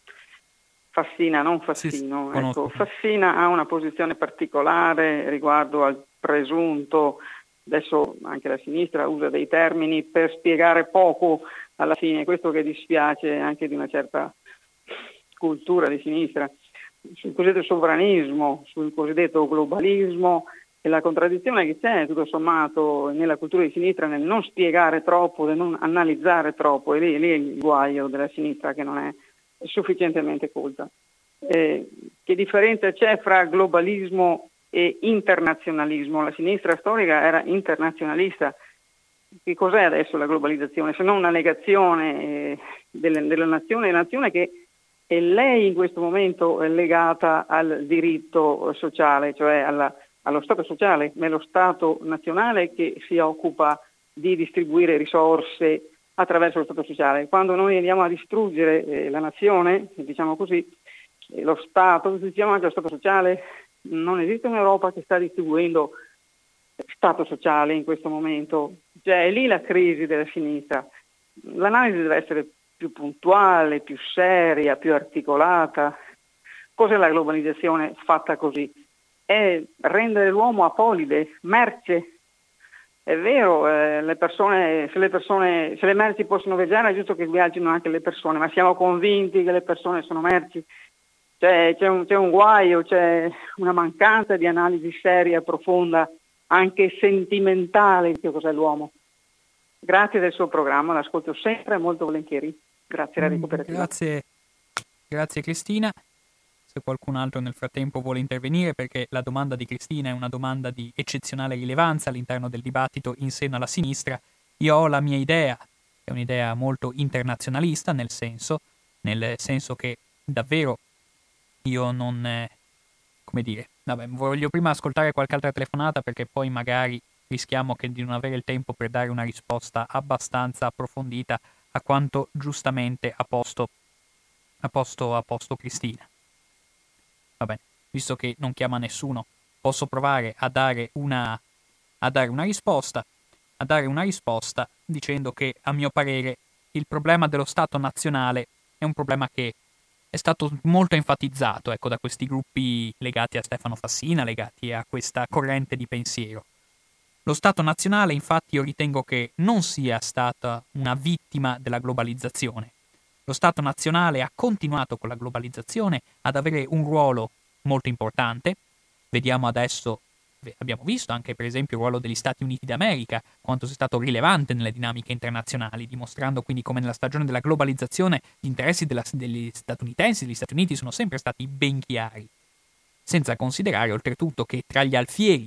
non Fassino. Sì, ecco, Fassina ha una posizione particolare riguardo al presunto, adesso anche la sinistra usa dei termini per spiegare poco alla fine, questo che dispiace anche di una certa cultura di sinistra, sul cosiddetto sovranismo, sul cosiddetto globalismo e la contraddizione che c'è tutto sommato nella cultura di sinistra nel non spiegare troppo, nel non analizzare troppo, e lì è il guaio della sinistra che non è sufficientemente colta. che differenza c'è fra globalismo e internazionalismo? La sinistra storica era internazionalista. Che cos'è adesso la globalizzazione? Se non una negazione della nazione che lei in questo momento è legata al diritto sociale, cioè allo Stato sociale, ma è lo Stato nazionale che si occupa di distribuire risorse attraverso lo Stato sociale. Quando noi andiamo a distruggere la nazione, diciamo così, lo Stato, diciamo anche lo Stato sociale, non esiste un'Europa che sta distribuendo Stato sociale in questo momento. Cioè, è lì la crisi della sinistra. L'analisi deve essere più puntuale, più seria, più articolata. Cos'è la globalizzazione fatta così? È rendere l'uomo apolide, merce. È vero, se le merci possono viaggiare è giusto che viaggino anche le persone, ma siamo convinti che le persone sono merci? C'è un guaio, c'è una mancanza di analisi seria, profonda, anche sentimentale di che cos'è l'uomo. Grazie del suo programma, l'ascolto sempre molto volentieri. Grazie Radio Cooperativa. Grazie Cristina. Se qualcun altro nel frattempo vuole intervenire, perché la domanda di Cristina è una domanda di eccezionale rilevanza all'interno del dibattito in seno alla sinistra, io ho la mia idea, è un'idea molto internazionalista, nel senso che davvero io non... come dire... Vabbè, voglio prima ascoltare qualche altra telefonata, perché poi magari rischiamo di non avere il tempo per dare una risposta abbastanza approfondita a quanto giustamente ha posto Cristina. Va bene, visto che non chiama nessuno, posso provare a dare una risposta dicendo che, a mio parere, il problema dello Stato nazionale è un problema che è stato molto enfatizzato, da questi gruppi legati a Stefano Fassina, legati a questa corrente di pensiero. Lo Stato nazionale, infatti, io ritengo che non sia stata una vittima della globalizzazione. Lo Stato nazionale ha continuato con la globalizzazione ad avere un ruolo molto importante. Vediamo adesso, abbiamo visto anche per esempio il ruolo degli Stati Uniti d'America, quanto sia stato rilevante nelle dinamiche internazionali, dimostrando quindi come nella stagione della globalizzazione gli interessi degli statunitensi, degli Stati Uniti sono sempre stati ben chiari. Senza considerare oltretutto che tra gli alfieri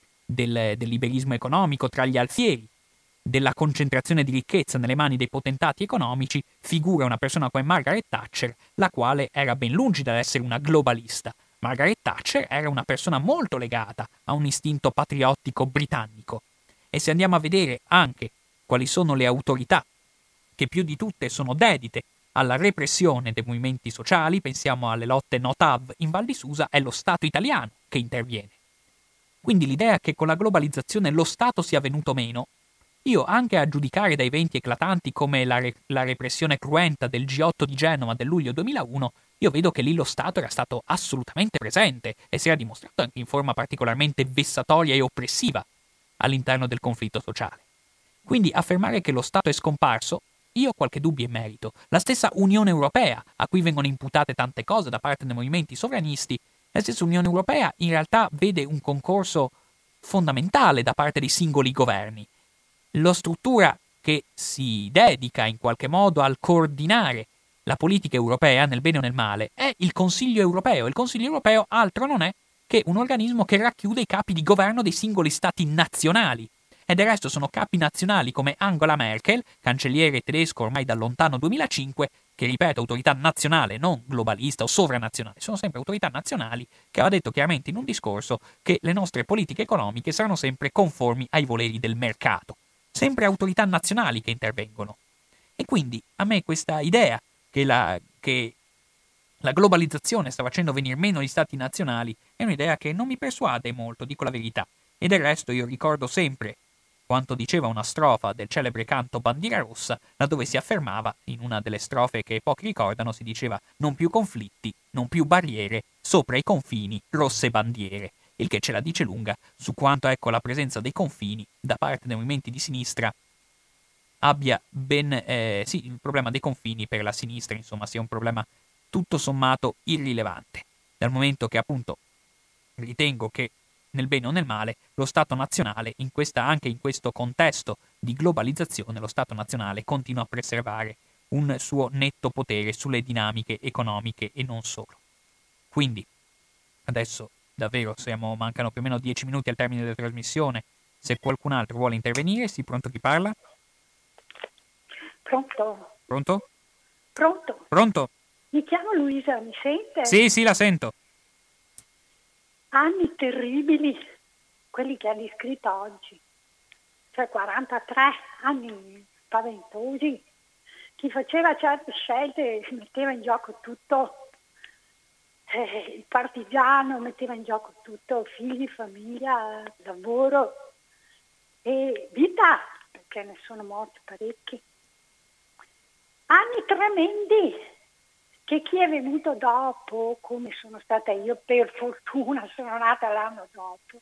del liberismo economico, tra gli alfieri della concentrazione di ricchezza nelle mani dei potentati economici, figura una persona come Margaret Thatcher, la quale era ben lungi dall'essere una globalista. Margaret Thatcher era una persona molto legata a un istinto patriottico britannico. E se andiamo a vedere anche quali sono le autorità che più di tutte sono dedite alla repressione dei movimenti sociali, pensiamo alle lotte No TAV in Val di Susa, è lo Stato italiano che interviene. Quindi l'idea che con la globalizzazione lo Stato sia venuto meno, io, anche a giudicare da eventi eclatanti come la repressione cruenta del G8 di Genova del luglio 2001, io vedo che lì lo Stato era stato assolutamente presente e si era dimostrato anche in forma particolarmente vessatoria e oppressiva all'interno del conflitto sociale. Quindi affermare che lo Stato è scomparso, io ho qualche dubbio in merito. La stessa Unione Europea, a cui vengono imputate tante cose da parte dei movimenti sovranisti, la stessa Unione Europea in realtà vede un concorso fondamentale da parte dei singoli governi. La struttura che si dedica in qualche modo al coordinare la politica europea, nel bene o nel male, è il Consiglio europeo. Il Consiglio europeo altro non è che un organismo che racchiude i capi di governo dei singoli stati nazionali. E del resto sono capi nazionali come Angela Merkel, cancelliere tedesco ormai dal lontano 2005, che ripeto, autorità nazionale, non globalista o sovranazionale, sono sempre autorità nazionali, che aveva detto chiaramente in un discorso che le nostre politiche economiche saranno sempre conformi ai voleri del mercato. Sempre autorità nazionali che intervengono. E quindi a me questa idea che la globalizzazione sta facendo venir meno gli stati nazionali è un'idea che non mi persuade molto, dico la verità. E del resto io ricordo sempre quanto diceva una strofa del celebre canto Bandiera Rossa, laddove si affermava, in una delle strofe che pochi ricordano, si diceva non più conflitti, non più barriere, sopra i confini rosse bandiere. Il che ce la dice lunga su quanto la presenza dei confini da parte dei movimenti di sinistra abbia il problema dei confini per la sinistra, insomma, sia un problema tutto sommato irrilevante, dal momento che appunto ritengo che nel bene o nel male lo Stato nazionale, anche in questo contesto di globalizzazione, lo Stato nazionale continua a preservare un suo netto potere sulle dinamiche economiche e non solo. Quindi, adesso davvero mancano più o meno 10 minuti al termine della trasmissione. Se qualcun altro vuole intervenire, sì, pronto, chi parla? Pronto? Pronto? Pronto? Pronto? Mi chiamo Luisa, mi sente? Sì, la sento. Anni terribili, quelli che ha descritto oggi. Cioè 43 anni spaventosi. Chi faceva certe scelte metteva in gioco tutto. Il partigiano metteva in gioco tutto, figli, famiglia, lavoro e vita, perché ne sono morti parecchi. Anni tremendi che chi è venuto dopo, come sono stata io, per fortuna sono nata l'anno dopo,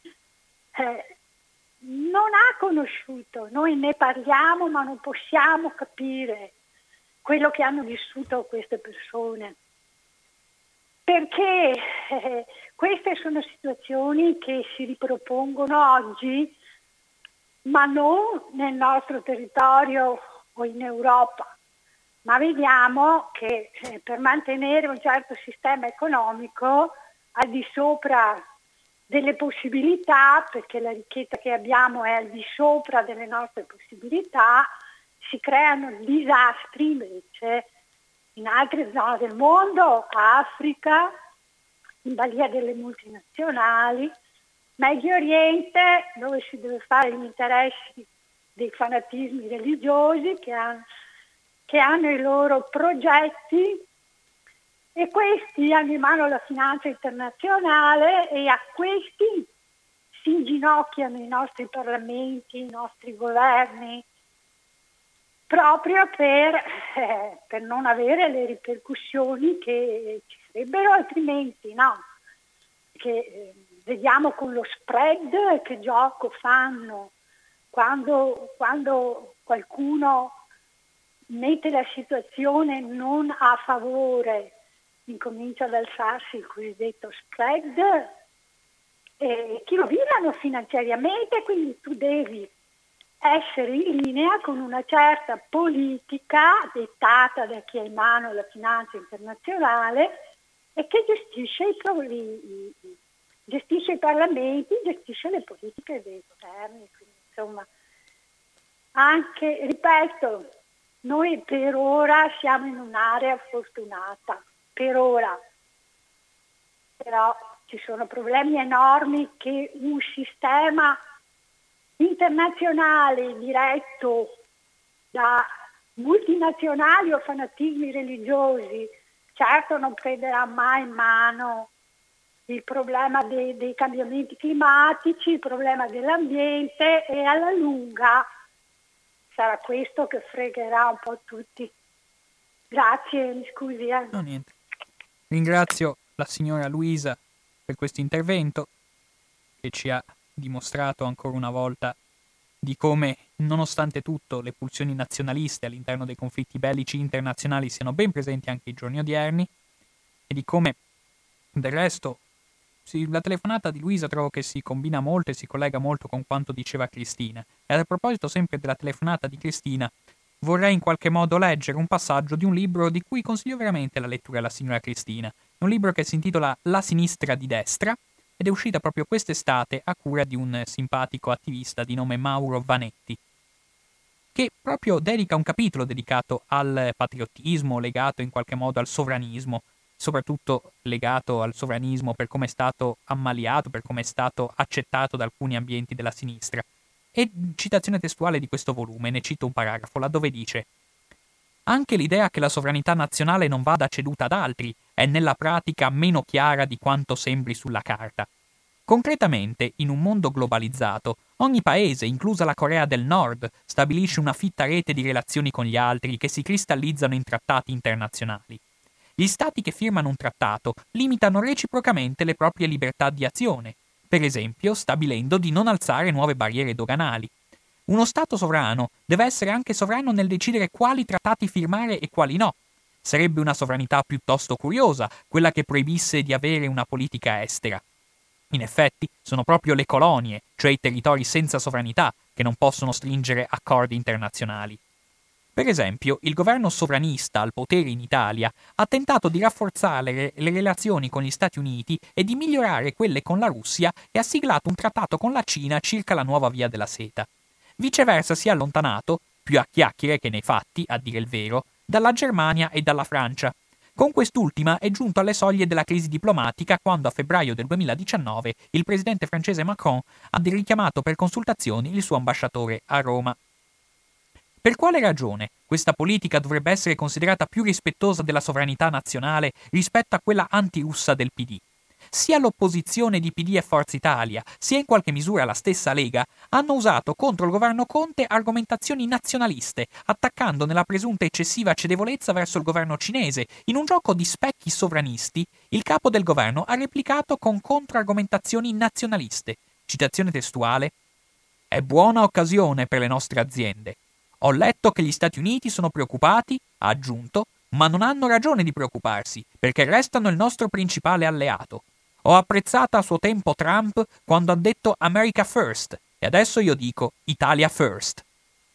non ha conosciuto. Noi ne parliamo ma non possiamo capire quello che hanno vissuto queste persone. Perché queste sono situazioni che si ripropongono oggi, ma non nel nostro territorio o in Europa, ma vediamo che per mantenere un certo sistema economico al di sopra delle possibilità, perché la ricchezza che abbiamo è al di sopra delle nostre possibilità, si creano disastri invece in altre zone del mondo, Africa, in balia delle multinazionali, Medio Oriente, dove si deve fare gli interessi dei fanatismi religiosi che hanno i loro progetti, e questi hanno in mano la finanza internazionale e a questi si inginocchiano i nostri parlamenti, i nostri governi, proprio per non avere le ripercussioni che ci sarebbero altrimenti, no? Che vediamo con lo spread che gioco fanno quando qualcuno mette la situazione non a favore, incomincia ad alzarsi il cosiddetto spread, e ti rovinano finanziariamente, quindi tu devi essere in linea con una certa politica dettata da chi ha in mano la finanza internazionale e che gestisce gestisce i parlamenti, gestisce le politiche dei governi. Quindi, insomma, anche, ripeto, noi per ora siamo in un'area fortunata, per ora, però ci sono problemi enormi che un sistema internazionale diretto da multinazionali o fanatismi religiosi certo non prenderà mai in mano il problema dei cambiamenti climatici, il problema dell'ambiente, e alla lunga sarà questo che fregherà un po' tutti. Grazie, mi scusi. No, niente. Ringrazio la signora Luisa per questo intervento che ci ha dimostrato ancora una volta di come, nonostante tutto, le pulsioni nazionaliste all'interno dei conflitti bellici internazionali siano ben presenti anche ai giorni odierni, e di come, del resto, la telefonata di Luisa trovo che si combina molto e si collega molto con quanto diceva Cristina. E a proposito sempre della telefonata di Cristina, vorrei in qualche modo leggere un passaggio di un libro di cui consiglio veramente la lettura alla signora Cristina. È un libro che si intitola La sinistra di destra ed è uscita proprio quest'estate a cura di un simpatico attivista di nome Mauro Vanetti, che proprio dedica un capitolo dedicato al patriottismo, legato in qualche modo al sovranismo, soprattutto legato al sovranismo per come è stato ammaliato, per come è stato accettato da alcuni ambienti della sinistra. E citazione testuale di questo volume, ne cito un paragrafo, laddove dice: «Anche l'idea che la sovranità nazionale non vada ceduta ad altri è nella pratica meno chiara di quanto sembri sulla carta. Concretamente, in un mondo globalizzato, ogni paese, inclusa la Corea del Nord, stabilisce una fitta rete di relazioni con gli altri che si cristallizzano in trattati internazionali. Gli stati che firmano un trattato limitano reciprocamente le proprie libertà di azione, per esempio stabilendo di non alzare nuove barriere doganali. Uno Stato sovrano deve essere anche sovrano nel decidere quali trattati firmare e quali no. Sarebbe una sovranità piuttosto curiosa quella che proibisse di avere una politica estera. In effetti, sono proprio le colonie, cioè i territori senza sovranità, che non possono stringere accordi internazionali. Per esempio, il governo sovranista al potere in Italia ha tentato di rafforzare le relazioni con gli Stati Uniti e di migliorare quelle con la Russia e ha siglato un trattato con la Cina circa la nuova via della seta. Viceversa si è allontanato, più a chiacchiere che nei fatti, a dire il vero, dalla Germania e dalla Francia. Con quest'ultima è giunto alle soglie della crisi diplomatica quando a febbraio del 2019 il presidente francese Macron ha richiamato per consultazioni il suo ambasciatore a Roma. Per quale ragione questa politica dovrebbe essere considerata più rispettosa della sovranità nazionale rispetto a quella antirussa del PD? Sia l'opposizione di PD e Forza Italia, sia in qualche misura la stessa Lega, hanno usato contro il governo Conte argomentazioni nazionaliste, attaccando nella presunta eccessiva cedevolezza verso il governo cinese. In un gioco di specchi sovranisti, il capo del governo ha replicato con controargomentazioni nazionaliste. Citazione testuale: «È buona occasione per le nostre aziende. Ho letto che gli Stati Uniti sono preoccupati», ha aggiunto, «ma non hanno ragione di preoccuparsi, perché restano il nostro principale alleato. Ho apprezzato a suo tempo Trump quando ha detto America First, e adesso io dico Italia First».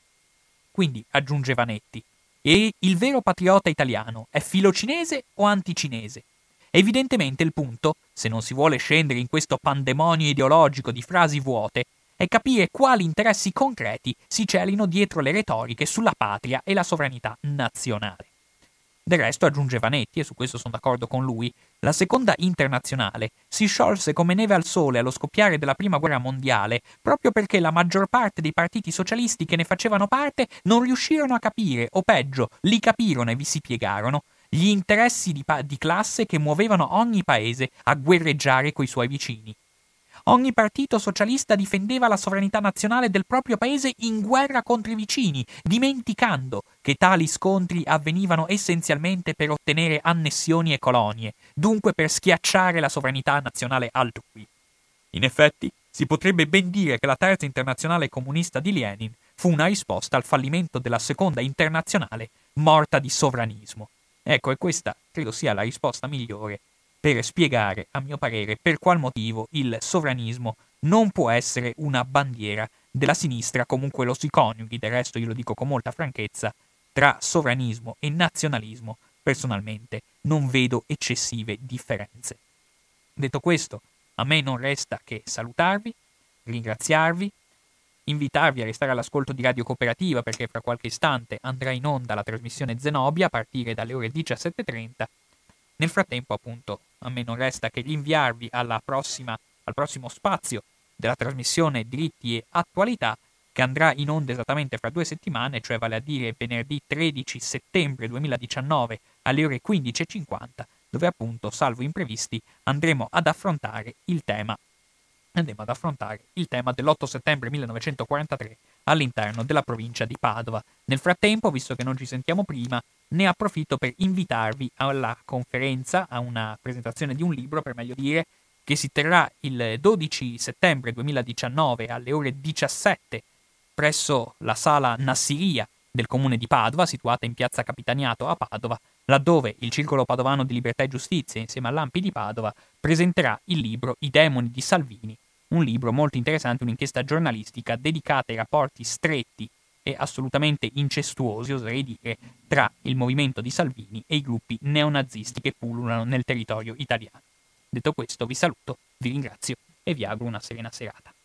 Quindi, aggiunge Vanetti, e il vero patriota italiano è filocinese o anticinese? Evidentemente il punto, se non si vuole scendere in questo pandemonio ideologico di frasi vuote, è capire quali interessi concreti si celino dietro le retoriche sulla patria e la sovranità nazionale. Del resto, aggiunge Vanetti, e su questo sono d'accordo con lui, la seconda internazionale si sciolse come neve al sole allo scoppiare della prima guerra mondiale proprio perché la maggior parte dei partiti socialisti che ne facevano parte non riuscirono a capire, o peggio, li capirono e vi si piegarono, gli interessi di classe che muovevano ogni paese a guerreggiare coi suoi vicini. Ogni partito socialista difendeva la sovranità nazionale del proprio paese in guerra contro i vicini, dimenticando che tali scontri avvenivano essenzialmente per ottenere annessioni e colonie, dunque per schiacciare la sovranità nazionale altrui. In effetti, si potrebbe ben dire che la terza internazionale comunista di Lenin fu una risposta al fallimento della seconda internazionale morta di sovranismo. Ecco, e questa credo sia la risposta migliore per spiegare, a mio parere, per qual motivo il sovranismo non può essere una bandiera della sinistra, comunque lo si coniughi, del resto io lo dico con molta franchezza, tra sovranismo e nazionalismo, personalmente non vedo eccessive differenze. Detto questo, a me non resta che salutarvi, ringraziarvi, invitarvi a restare all'ascolto di Radio Cooperativa perché fra qualche istante andrà in onda la trasmissione Zenobia a partire dalle ore 17:30. Nel frattempo, appunto, a me non resta che rinviarvi al prossimo spazio della trasmissione Diritti e Attualità, che andrà in onda esattamente fra 2 settimane, cioè vale a dire venerdì 13 settembre 2019 alle ore 15:50, dove appunto, salvo imprevisti, andremo ad affrontare il tema dell'8 settembre 1943 all'interno della provincia di Padova. Nel frattempo, visto che non ci sentiamo prima, ne approfitto per invitarvi alla conferenza, a una presentazione di un libro, per meglio dire, che si terrà il 12 settembre 2019 alle ore 17 presso la sala Nassiria del comune di Padova, situata in piazza Capitaniato a Padova, laddove il Circolo Padovano di Libertà e Giustizia, insieme all'Ampi di Padova, presenterà il libro I demoni di Salvini, un libro molto interessante, un'inchiesta giornalistica dedicata ai rapporti stretti e assolutamente incestuosi, oserei dire, tra il movimento di Salvini e i gruppi neonazisti che pullulano nel territorio italiano. Detto questo, vi saluto, vi ringrazio e vi auguro una serena serata.